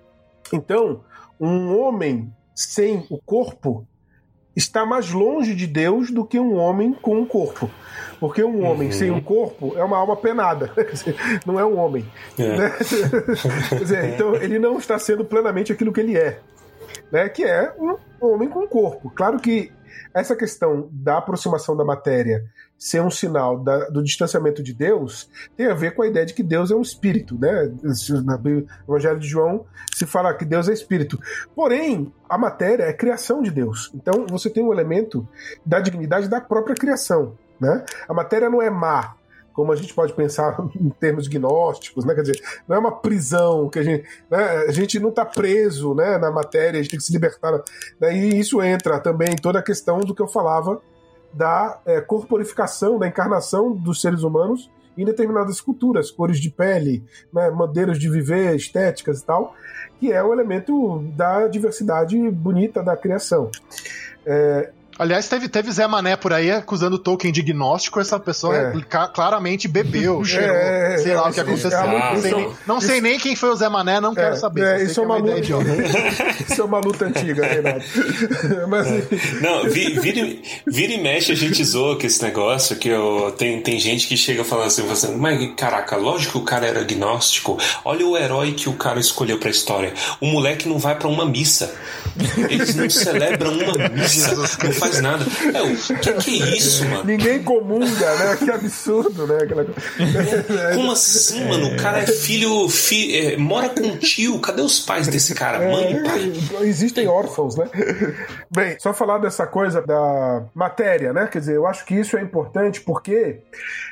Então, um homem sem o corpo está mais longe de Deus do que um homem com um corpo. Porque um homem sem um corpo é uma alma penada. Não é um homem. Né? Quer dizer, então, ele não está sendo plenamente aquilo que ele é. Né? Que é um homem com um corpo. Claro que essa questão da aproximação da matéria ser um sinal do distanciamento de Deus tem a ver com a ideia de que Deus é um espírito, né? No Evangelho de João se fala que Deus é espírito. Porém, a matéria é criação de Deus. Então você tem um elemento da dignidade da própria criação, né? A matéria não é má, como a gente pode pensar em termos gnósticos, né? Quer dizer, não é uma prisão que a gente não está preso, né, na matéria, a gente tem que se libertar, né? E isso entra também em toda a questão do que eu falava da corporificação, da encarnação dos seres humanos em determinadas culturas, cores de pele, né, maneiras de viver, estéticas e tal, que é o elemento da diversidade bonita da criação. Aliás, teve Zé Mané por aí acusando o Tolkien de gnóstico, essa pessoa claramente bebeu, cheirou, sei lá o que aconteceu. Não sei nem quem foi o Zé Mané, não quero saber. Isso é uma luta isso é uma luta antiga, Renato. Mas... Não, vira e mexe a gente zoa com esse negócio, que tem gente que chega falando assim, mas caraca, lógico que o cara era agnóstico, olha o herói que o cara escolheu pra história. O moleque não vai pra uma missa. Eles não celebram uma missa, não faz nada. O que é isso, mano? Ninguém comunga, né? Que absurdo, né? Como assim, mano? O cara é filho mora com um tio. Cadê os pais desse cara? Mãe e pai? Existem órfãos, né? Bem, só falar dessa coisa da matéria, né? Quer dizer, eu acho que isso é importante porque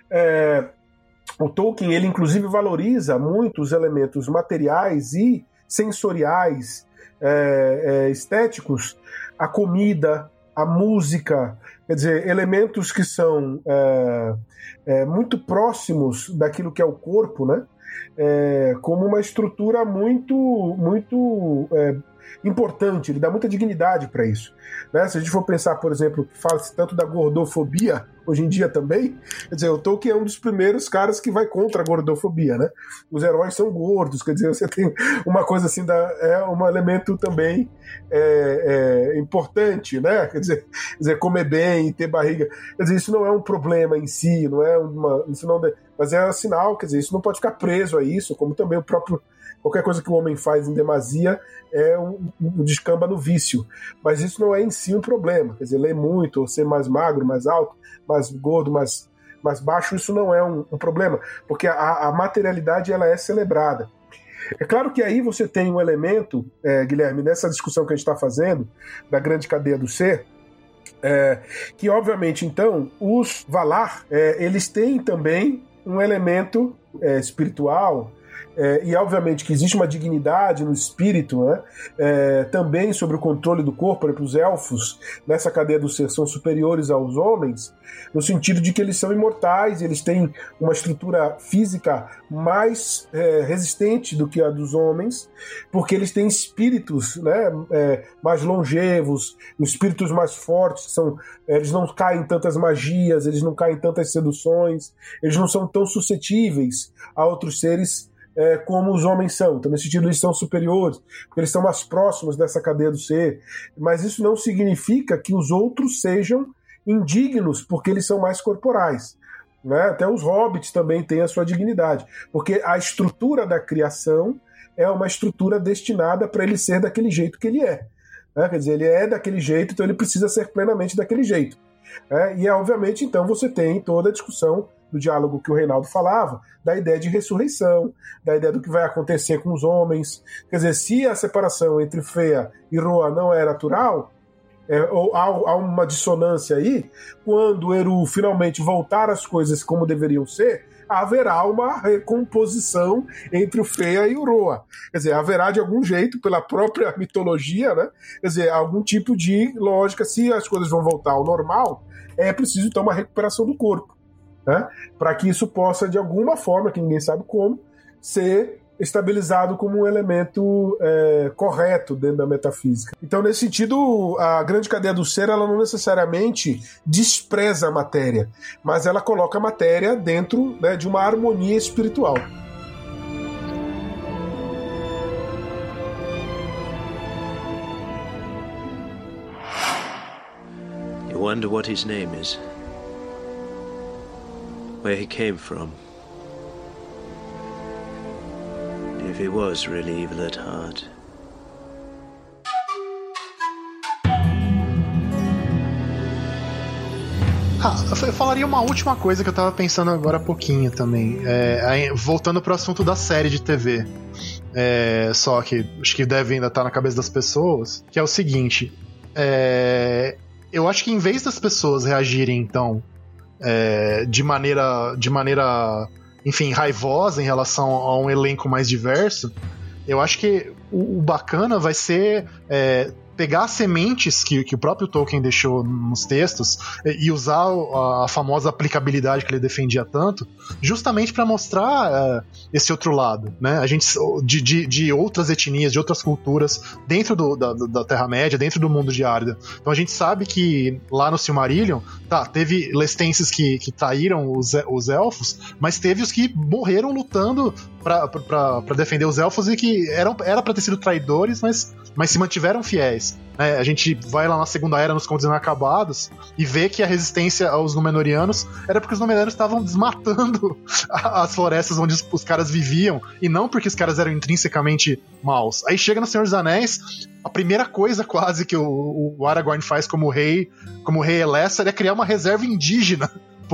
o Tolkien, ele inclusive valoriza muito os elementos materiais e sensoriais, estéticos, a comida, a música, quer dizer, elementos que são muito próximos daquilo que é o corpo, né? Como uma estrutura muito importante, ele dá muita dignidade para isso, né? Se a gente for pensar, por exemplo, que fala-se tanto da gordofobia hoje em dia também, quer dizer, o Tolkien é um dos primeiros caras que vai contra a gordofobia, né? Os heróis são gordos, quer dizer, você tem uma coisa assim, um elemento também importante, né? Quer dizer, comer bem, ter barriga, quer dizer, isso não é um problema em si, não é mas é um sinal, quer dizer, isso não pode ficar preso a isso, como também o próprio qualquer coisa que o homem faz em demasia é um descamba no vício. Mas isso não é em si um problema. Quer dizer, ler muito, ou ser mais magro, mais alto, mais gordo, mais baixo, isso não é um problema. Porque a materialidade ela é celebrada. É claro que aí você tem um elemento, Guilherme, nessa discussão que a gente está fazendo, da grande cadeia do ser, que obviamente, então, os Valar, eles têm também um elemento espiritual, e obviamente que existe uma dignidade no espírito, né? Também sobre o controle do corpo. Por exemplo, os elfos nessa cadeia do ser são superiores aos homens no sentido de que eles são imortais, eles têm uma estrutura física mais resistente do que a dos homens, porque eles têm espíritos, né, mais longevos, espíritos mais fortes, eles não caem em tantas magias, eles não caem em tantas seduções, eles não são tão suscetíveis a outros seres como os homens são. Então, nesse sentido, eles são superiores, porque eles são mais próximos dessa cadeia do ser. Mas isso não significa que os outros sejam indignos, porque eles são mais corporais, né? Até os hobbits também têm a sua dignidade, porque a estrutura da criação é uma estrutura destinada para ele ser daquele jeito que ele é, né? Quer dizer, ele é daquele jeito, então ele precisa ser plenamente daquele jeito. E, obviamente, então, você tem toda a discussão do diálogo que o Reinaldo falava, da ideia de ressurreição, da ideia do que vai acontecer com os homens. Quer dizer, se a separação entre Fëa e Roa não é natural, ou há uma dissonância aí, quando Eru finalmente voltar às coisas como deveriam ser, haverá uma recomposição entre o Fëa e o Roa. Quer dizer, haverá de algum jeito, pela própria mitologia, né? Quer dizer, algum tipo de lógica, se as coisas vão voltar ao normal, é preciso então uma recuperação do corpo, né? Para que isso possa, de alguma forma, que ninguém sabe como, ser estabilizado como um elemento correto dentro da metafísica. Então, nesse sentido, a grande cadeia do ser, ela não necessariamente despreza a matéria, mas ela coloca a matéria dentro, né, de uma harmonia espiritual. You wonder what his name is? Where he came from? If he was really evil at heart. Eu falaria uma última coisa que eu tava pensando agora há pouquinho também. Voltando pro assunto da série de TV. Só que acho que deve ainda estar na cabeça das pessoas. Que é o seguinte. Eu acho que em vez das pessoas reagirem, então, de maneira enfim, raivosa em relação a um elenco mais diverso, eu acho que o bacana vai ser pegar as sementes que o próprio Tolkien deixou nos textos e usar a famosa aplicabilidade que ele defendia tanto, justamente para mostrar esse outro lado, né? A gente, de outras etnias, de outras culturas dentro da Terra-média, dentro do mundo de Arda. Então a gente sabe que lá no Silmarillion, teve Lestenses que traíram os elfos, mas teve os que morreram lutando pra defender os elfos e que era pra ter sido traidores, mas se mantiveram fiéis. A gente vai lá na Segunda Era, nos Contos Inacabados, e vê que a resistência aos Númenóreanos era porque os Númenóreanos estavam desmatando as florestas onde os caras viviam, e não porque os caras eram intrinsecamente maus. Aí chega no Senhor dos Anéis, a primeira coisa quase que o Aragorn faz como rei Elessar é criar uma reserva indígena,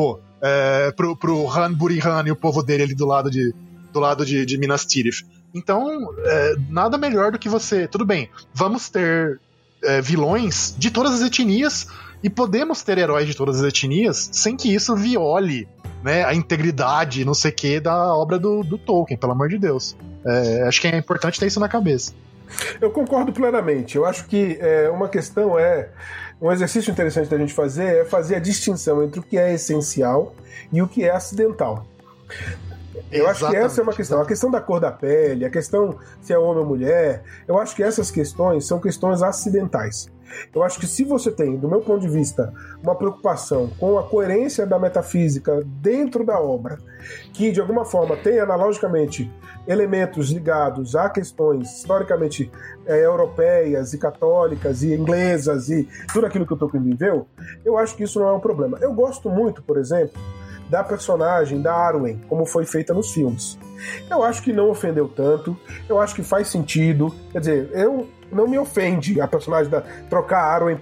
pro Han-Burihan e o povo dele ali do lado de Minas Tirith. Então, nada melhor do que você... Tudo bem, vamos ter vilões de todas as etnias e podemos ter heróis de todas as etnias sem que isso viole, né, a integridade, não sei o que, da obra do Tolkien, pelo amor de Deus. Acho que é importante ter isso na cabeça. Eu concordo plenamente. Eu acho que uma questão um exercício interessante da gente fazer é fazer a distinção entre o que é essencial e o que é acidental. Eu acho que essa é uma questão. A questão da cor da pele, a questão se é homem ou mulher, eu acho que essas questões são questões acidentais. Eu acho que se você tem, do meu ponto de vista, uma preocupação com a coerência da metafísica dentro da obra, que de alguma forma tem analogicamente elementos ligados a questões historicamente europeias e católicas e inglesas e tudo aquilo que o Tolkien viveu, eu acho que isso não é um problema. Eu gosto muito, por exemplo, da personagem da Arwen, como foi feita nos filmes. Eu acho que não ofendeu tanto, eu acho que faz sentido, quer dizer, não me ofende a personagem trocar a Arwen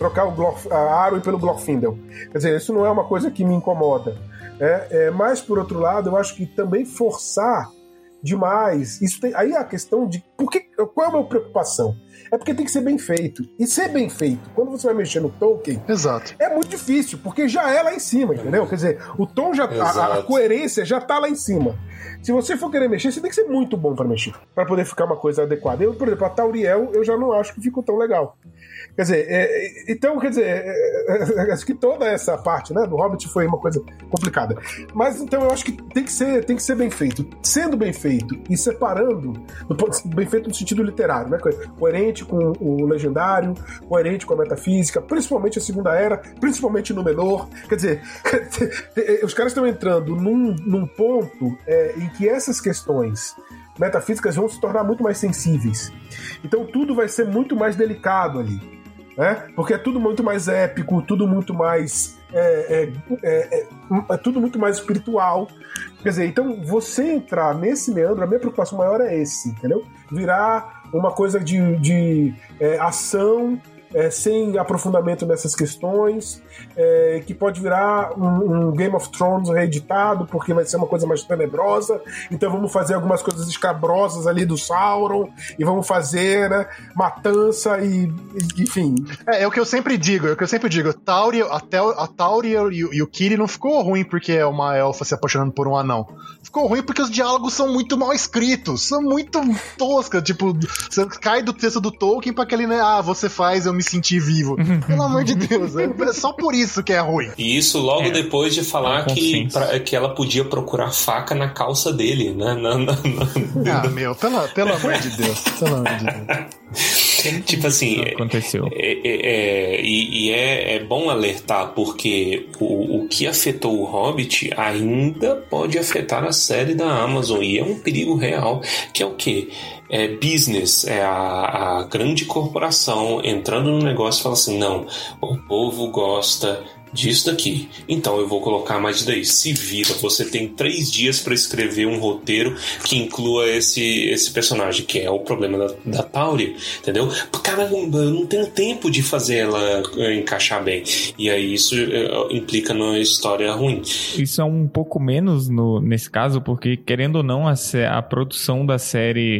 pelo Glorfindel. Quer dizer, isso não é uma coisa que me incomoda. Mas, por outro lado, eu acho que também forçar demais, aí a questão de qual é a minha preocupação? É porque tem que ser bem feito. E ser bem feito, quando você vai mexer no Tolkien, exato, é muito difícil, porque já é lá em cima, entendeu? Quer dizer, o tom já a coerência já tá lá em cima. Se você for querer mexer, você tem que ser muito bom para mexer, para poder ficar uma coisa adequada. Eu, por exemplo, a Tauriel, eu já não acho que ficou tão legal. Quer dizer, então, acho que toda essa parte, né, do Hobbit foi uma coisa complicada. Mas, então, eu acho que tem que ser bem feito. Sendo bem feito e separando, bem feito no sentido literário, né, coerente com o legendário, coerente com a metafísica, principalmente a Segunda Era, principalmente no Númenor. Quer dizer, os caras estão entrando num ponto em que essas questões metafísicas vão se tornar muito mais sensíveis. Então tudo vai ser muito mais delicado ali, né? Porque é tudo muito mais épico, tudo muito mais tudo muito mais espiritual. Quer dizer, então você entrar nesse meandro, a minha preocupação maior é esse, entendeu? Virar uma coisa de ação sem aprofundamento nessas questões, que pode virar um Game of Thrones reeditado, porque vai ser uma coisa mais tenebrosa, então vamos fazer algumas coisas escabrosas ali do Sauron, e vamos fazer, né, matança e enfim. É o que eu sempre digo, a Tauri e o Kiri não ficou ruim porque é uma elfa se apaixonando por um anão. Ficou ruim porque os diálogos são muito mal escritos, são muito toscas, tipo, você cai do texto do Tolkien pra aquele, né, você faz, eu me sentir vivo. Pelo amor de Deus, é só por isso que é ruim. E isso logo depois de falar que ela podia procurar faca na calça dele, né? Pelo amor de Deus. Pelo amor de Deus. Tipo assim, aconteceu. É bom alertar, porque o que afetou o Hobbit ainda pode afetar a série da Amazon, e é um perigo real, que é o quê? É business, é a grande corporação entrando no negócio e fala assim, não, o povo gosta disso daqui, então eu vou colocar mais daí. Se vira, você tem 3 dias para escrever um roteiro que inclua esse personagem, que é o problema da Tauri, entendeu? Caramba, eu não tenho tempo de fazer ela encaixar bem, e aí isso implica numa história ruim. Isso é um pouco menos nesse caso, porque querendo ou não, a produção da série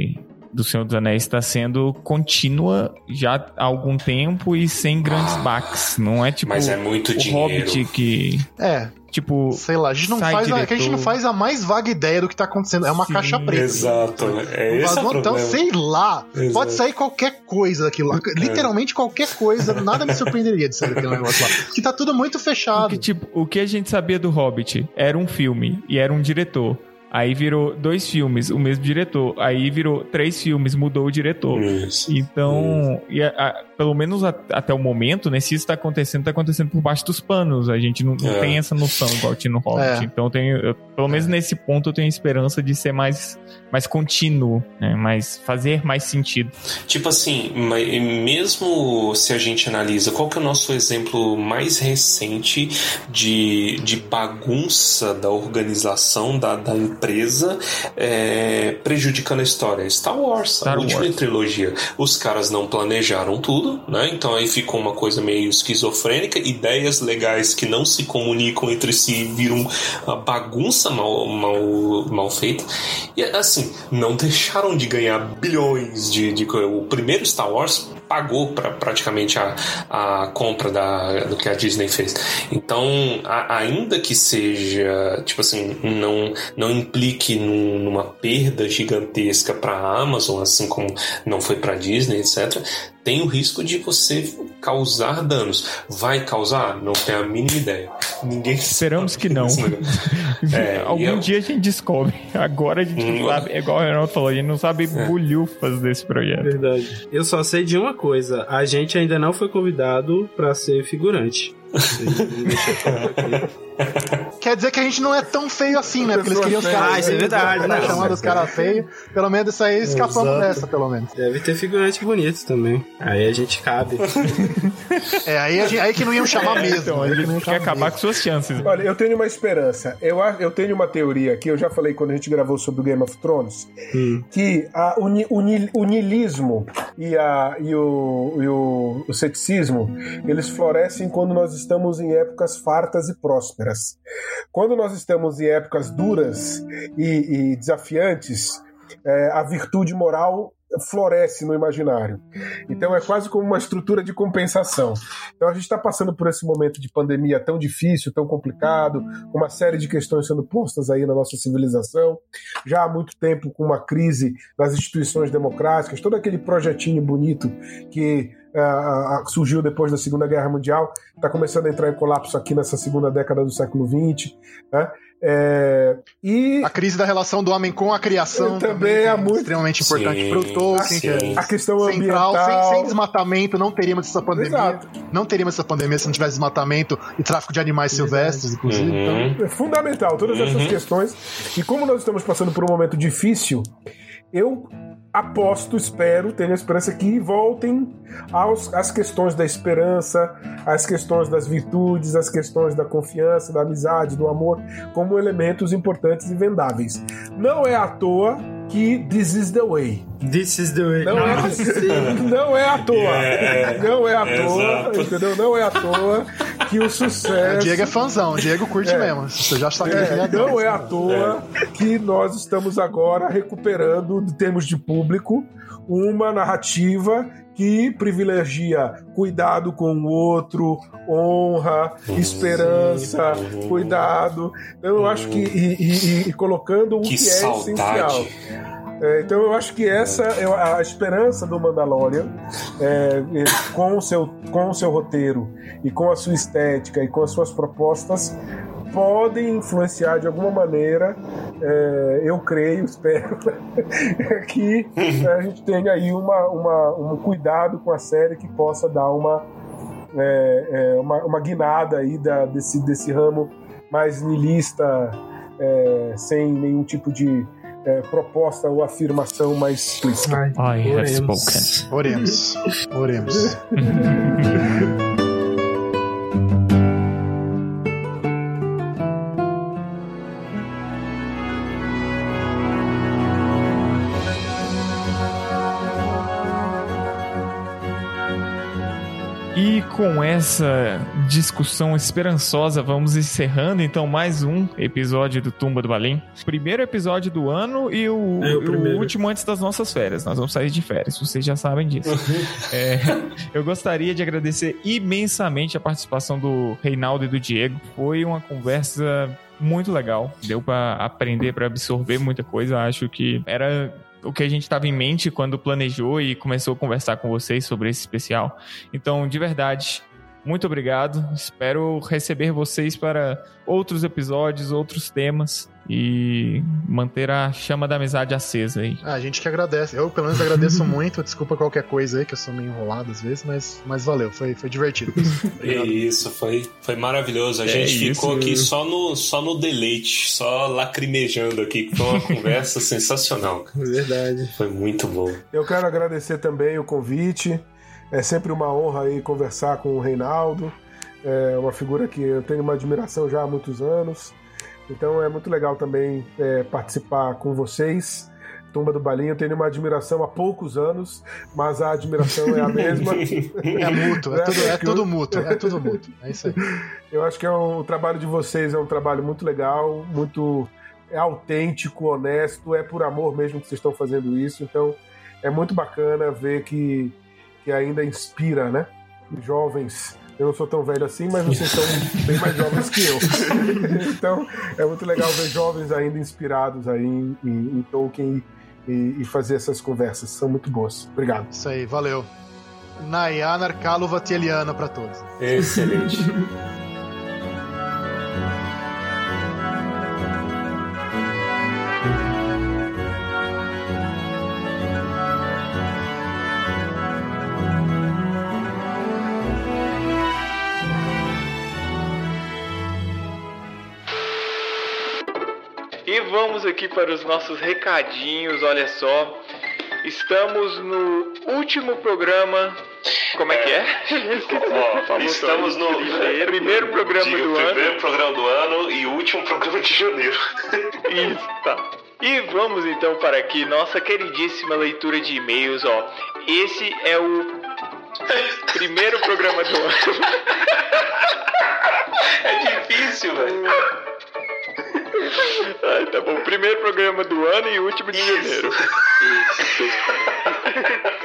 do Senhor dos Anéis está sendo contínua já há algum tempo e sem grandes baques. Não é tipo mas é muito o dinheiro. Hobbit que... Tipo, sei lá, a gente não faz a mais vaga ideia do que tá acontecendo. É uma caixa preta. Exato. Esse é o então, sei lá. Exato. Pode sair qualquer coisa daquilo lá. Literalmente qualquer coisa. Nada me surpreenderia de sair daquele negócio lá. Porque tá tudo muito fechado. O que a gente sabia do Hobbit era um filme e era um diretor. Aí virou 2 filmes, o mesmo diretor. Aí virou 3 filmes, mudou o diretor. Isso. Então, pelo menos até o momento, né? Se isso tá acontecendo por baixo dos panos. A gente não tem essa noção igual tinha no Hobbit. Então, pelo menos nesse ponto, eu tenho esperança de ser mais contínuo, né? Fazer mais sentido. Tipo assim, mesmo se a gente analisa, qual que é o nosso exemplo mais recente de bagunça da organização da empresa prejudicando a história? Star Wars, a última trilogia. Os caras não planejaram tudo, né? Então aí ficou uma coisa meio esquizofrênica, ideias legais que não se comunicam entre si, viram uma bagunça mal feita. E assim, não deixaram de ganhar bilhões de o primeiro Star Wars pagou praticamente a compra do que a Disney fez. Então, ainda que seja, tipo assim, não implique numa perda gigantesca para a Amazon, assim como não foi para a Disney, etc., tem o risco de você causar danos. Vai causar? Não tenho a mínima ideia. Ninguém Esperamos que não. Algum dia a gente descobre. Agora a gente não sabe, é igual o Renato falou, a gente não sabe bulhufas desse projeto. Verdade. Eu só sei de uma coisa: a gente ainda não foi convidado para ser figurante. Quer dizer que a gente não é tão feio assim, né? Porque eles queriam os caras. Isso é verdade, né? Chamando os caras feios. Pelo menos isso aí escapamos dessa, pelo menos. Deve ter figurante bonito também. Aí a gente cabe. Aí que não iam chamar mesmo. Então, a gente quer acabar com suas chances. Olha, eu tenho uma esperança. Eu tenho uma teoria aqui, eu já falei quando a gente gravou sobre o Game of Thrones, que o niilismo e o ceticismo, eles florescem quando nós estamos em épocas fartas e prósperas. Quando nós estamos em épocas duras e desafiantes, a virtude moral floresce no imaginário. Então é quase como uma estrutura de compensação. Então a gente está passando por esse momento de pandemia tão difícil, tão complicado, com uma série de questões sendo postas aí na nossa civilização, já há muito tempo com uma crise das instituições democráticas, todo aquele projetinho bonito que surgiu depois da Segunda Guerra Mundial, está começando a entrar em colapso aqui nessa segunda década do século XX, né? E a crise da relação do homem com a criação também é muito extremamente importante para o Tolkien. A questão central, ambiental. sem desmatamento não teríamos essa pandemia. Exato. Não teríamos essa pandemia se não tivesse desmatamento e tráfico de animais silvestres, inclusive. Então... É fundamental, todas essas questões. E como nós estamos passando por um momento difícil, eu tenho a esperança que voltem às questões da esperança, às questões das virtudes, às questões da confiança, da amizade, do amor, como elementos importantes e vendáveis. Não é à toa que This is the Way. This is the Way. Não é à toa. Não é à toa, entendeu? Não é à toa que o sucesso... O Diego é fãzão, o Diego curte mesmo. Você já está não é à toa que nós estamos agora recuperando, em termos de público, uma narrativa que privilegia cuidado com o outro, honra, esperança, cuidado. Então eu acho que e colocando o que é essencial. Então eu acho que essa é a esperança do Mandalorian, com o seu roteiro e com a sua estética e com as suas propostas, podem influenciar de alguma maneira, eu creio, espero, que a gente tenha aí um cuidado com a série que possa dar uma guinada aí desse ramo mais niilista, sem nenhum tipo de proposta ou afirmação mais explícita. I have spoken. Oremos. E com essa discussão esperançosa, vamos encerrando então mais um episódio do Tumba do Balim. Primeiro episódio do ano e o último antes das nossas férias. Nós vamos sair de férias, vocês já sabem disso. Eu gostaria de agradecer imensamente a participação do Reinaldo e do Diego. Foi uma conversa muito legal. Deu pra aprender, pra absorver muita coisa. Acho que era o que a gente estava em mente quando planejou e começou a conversar com vocês sobre esse especial. Então, de verdade, muito obrigado. Espero receber vocês para outros episódios, outros temas e manter a chama da amizade acesa aí. A gente que agradece. Eu, pelo menos, agradeço muito. Desculpa qualquer coisa aí, que eu sou meio enrolado às vezes, mas valeu. Foi divertido. É isso, foi maravilhoso. A gente ficou aqui só no deleite, só lacrimejando aqui. Foi uma conversa sensacional. Verdade. Foi muito bom. Eu quero agradecer também o convite. É sempre uma honra aí conversar com o Reinaldo. É uma figura que eu tenho uma admiração já há muitos anos. Então é muito legal também participar com vocês. Tumba do Balim, eu tenho uma admiração há poucos anos, mas a admiração é a mesma. É mútuo, é tudo mútuo. É isso aí. Eu acho que o trabalho de vocês é um trabalho muito legal, muito autêntico, honesto, é por amor mesmo que vocês estão fazendo isso. Então é muito bacana ver que ainda inspira, né? Jovens. Eu não sou tão velho assim, mas vocês são bem mais jovens que eu. Então, é muito legal ver jovens ainda inspirados aí em Tolkien e fazer essas conversas. São muito boas. Obrigado. Isso aí, valeu. Nayanar Kaluvateliana pra todos. Excelente. E vamos aqui para os nossos recadinhos, olha só. Estamos no último programa. Como é que é? Estamos no primeiro programa do ano. Primeiro programa do ano e último programa de janeiro. Isso, tá. E vamos então para aqui, nossa queridíssima leitura de e-mails, ó. Esse é o primeiro programa do ano. É difícil, velho. Ai, tá bom. Primeiro programa do ano e último de janeiro. Isso.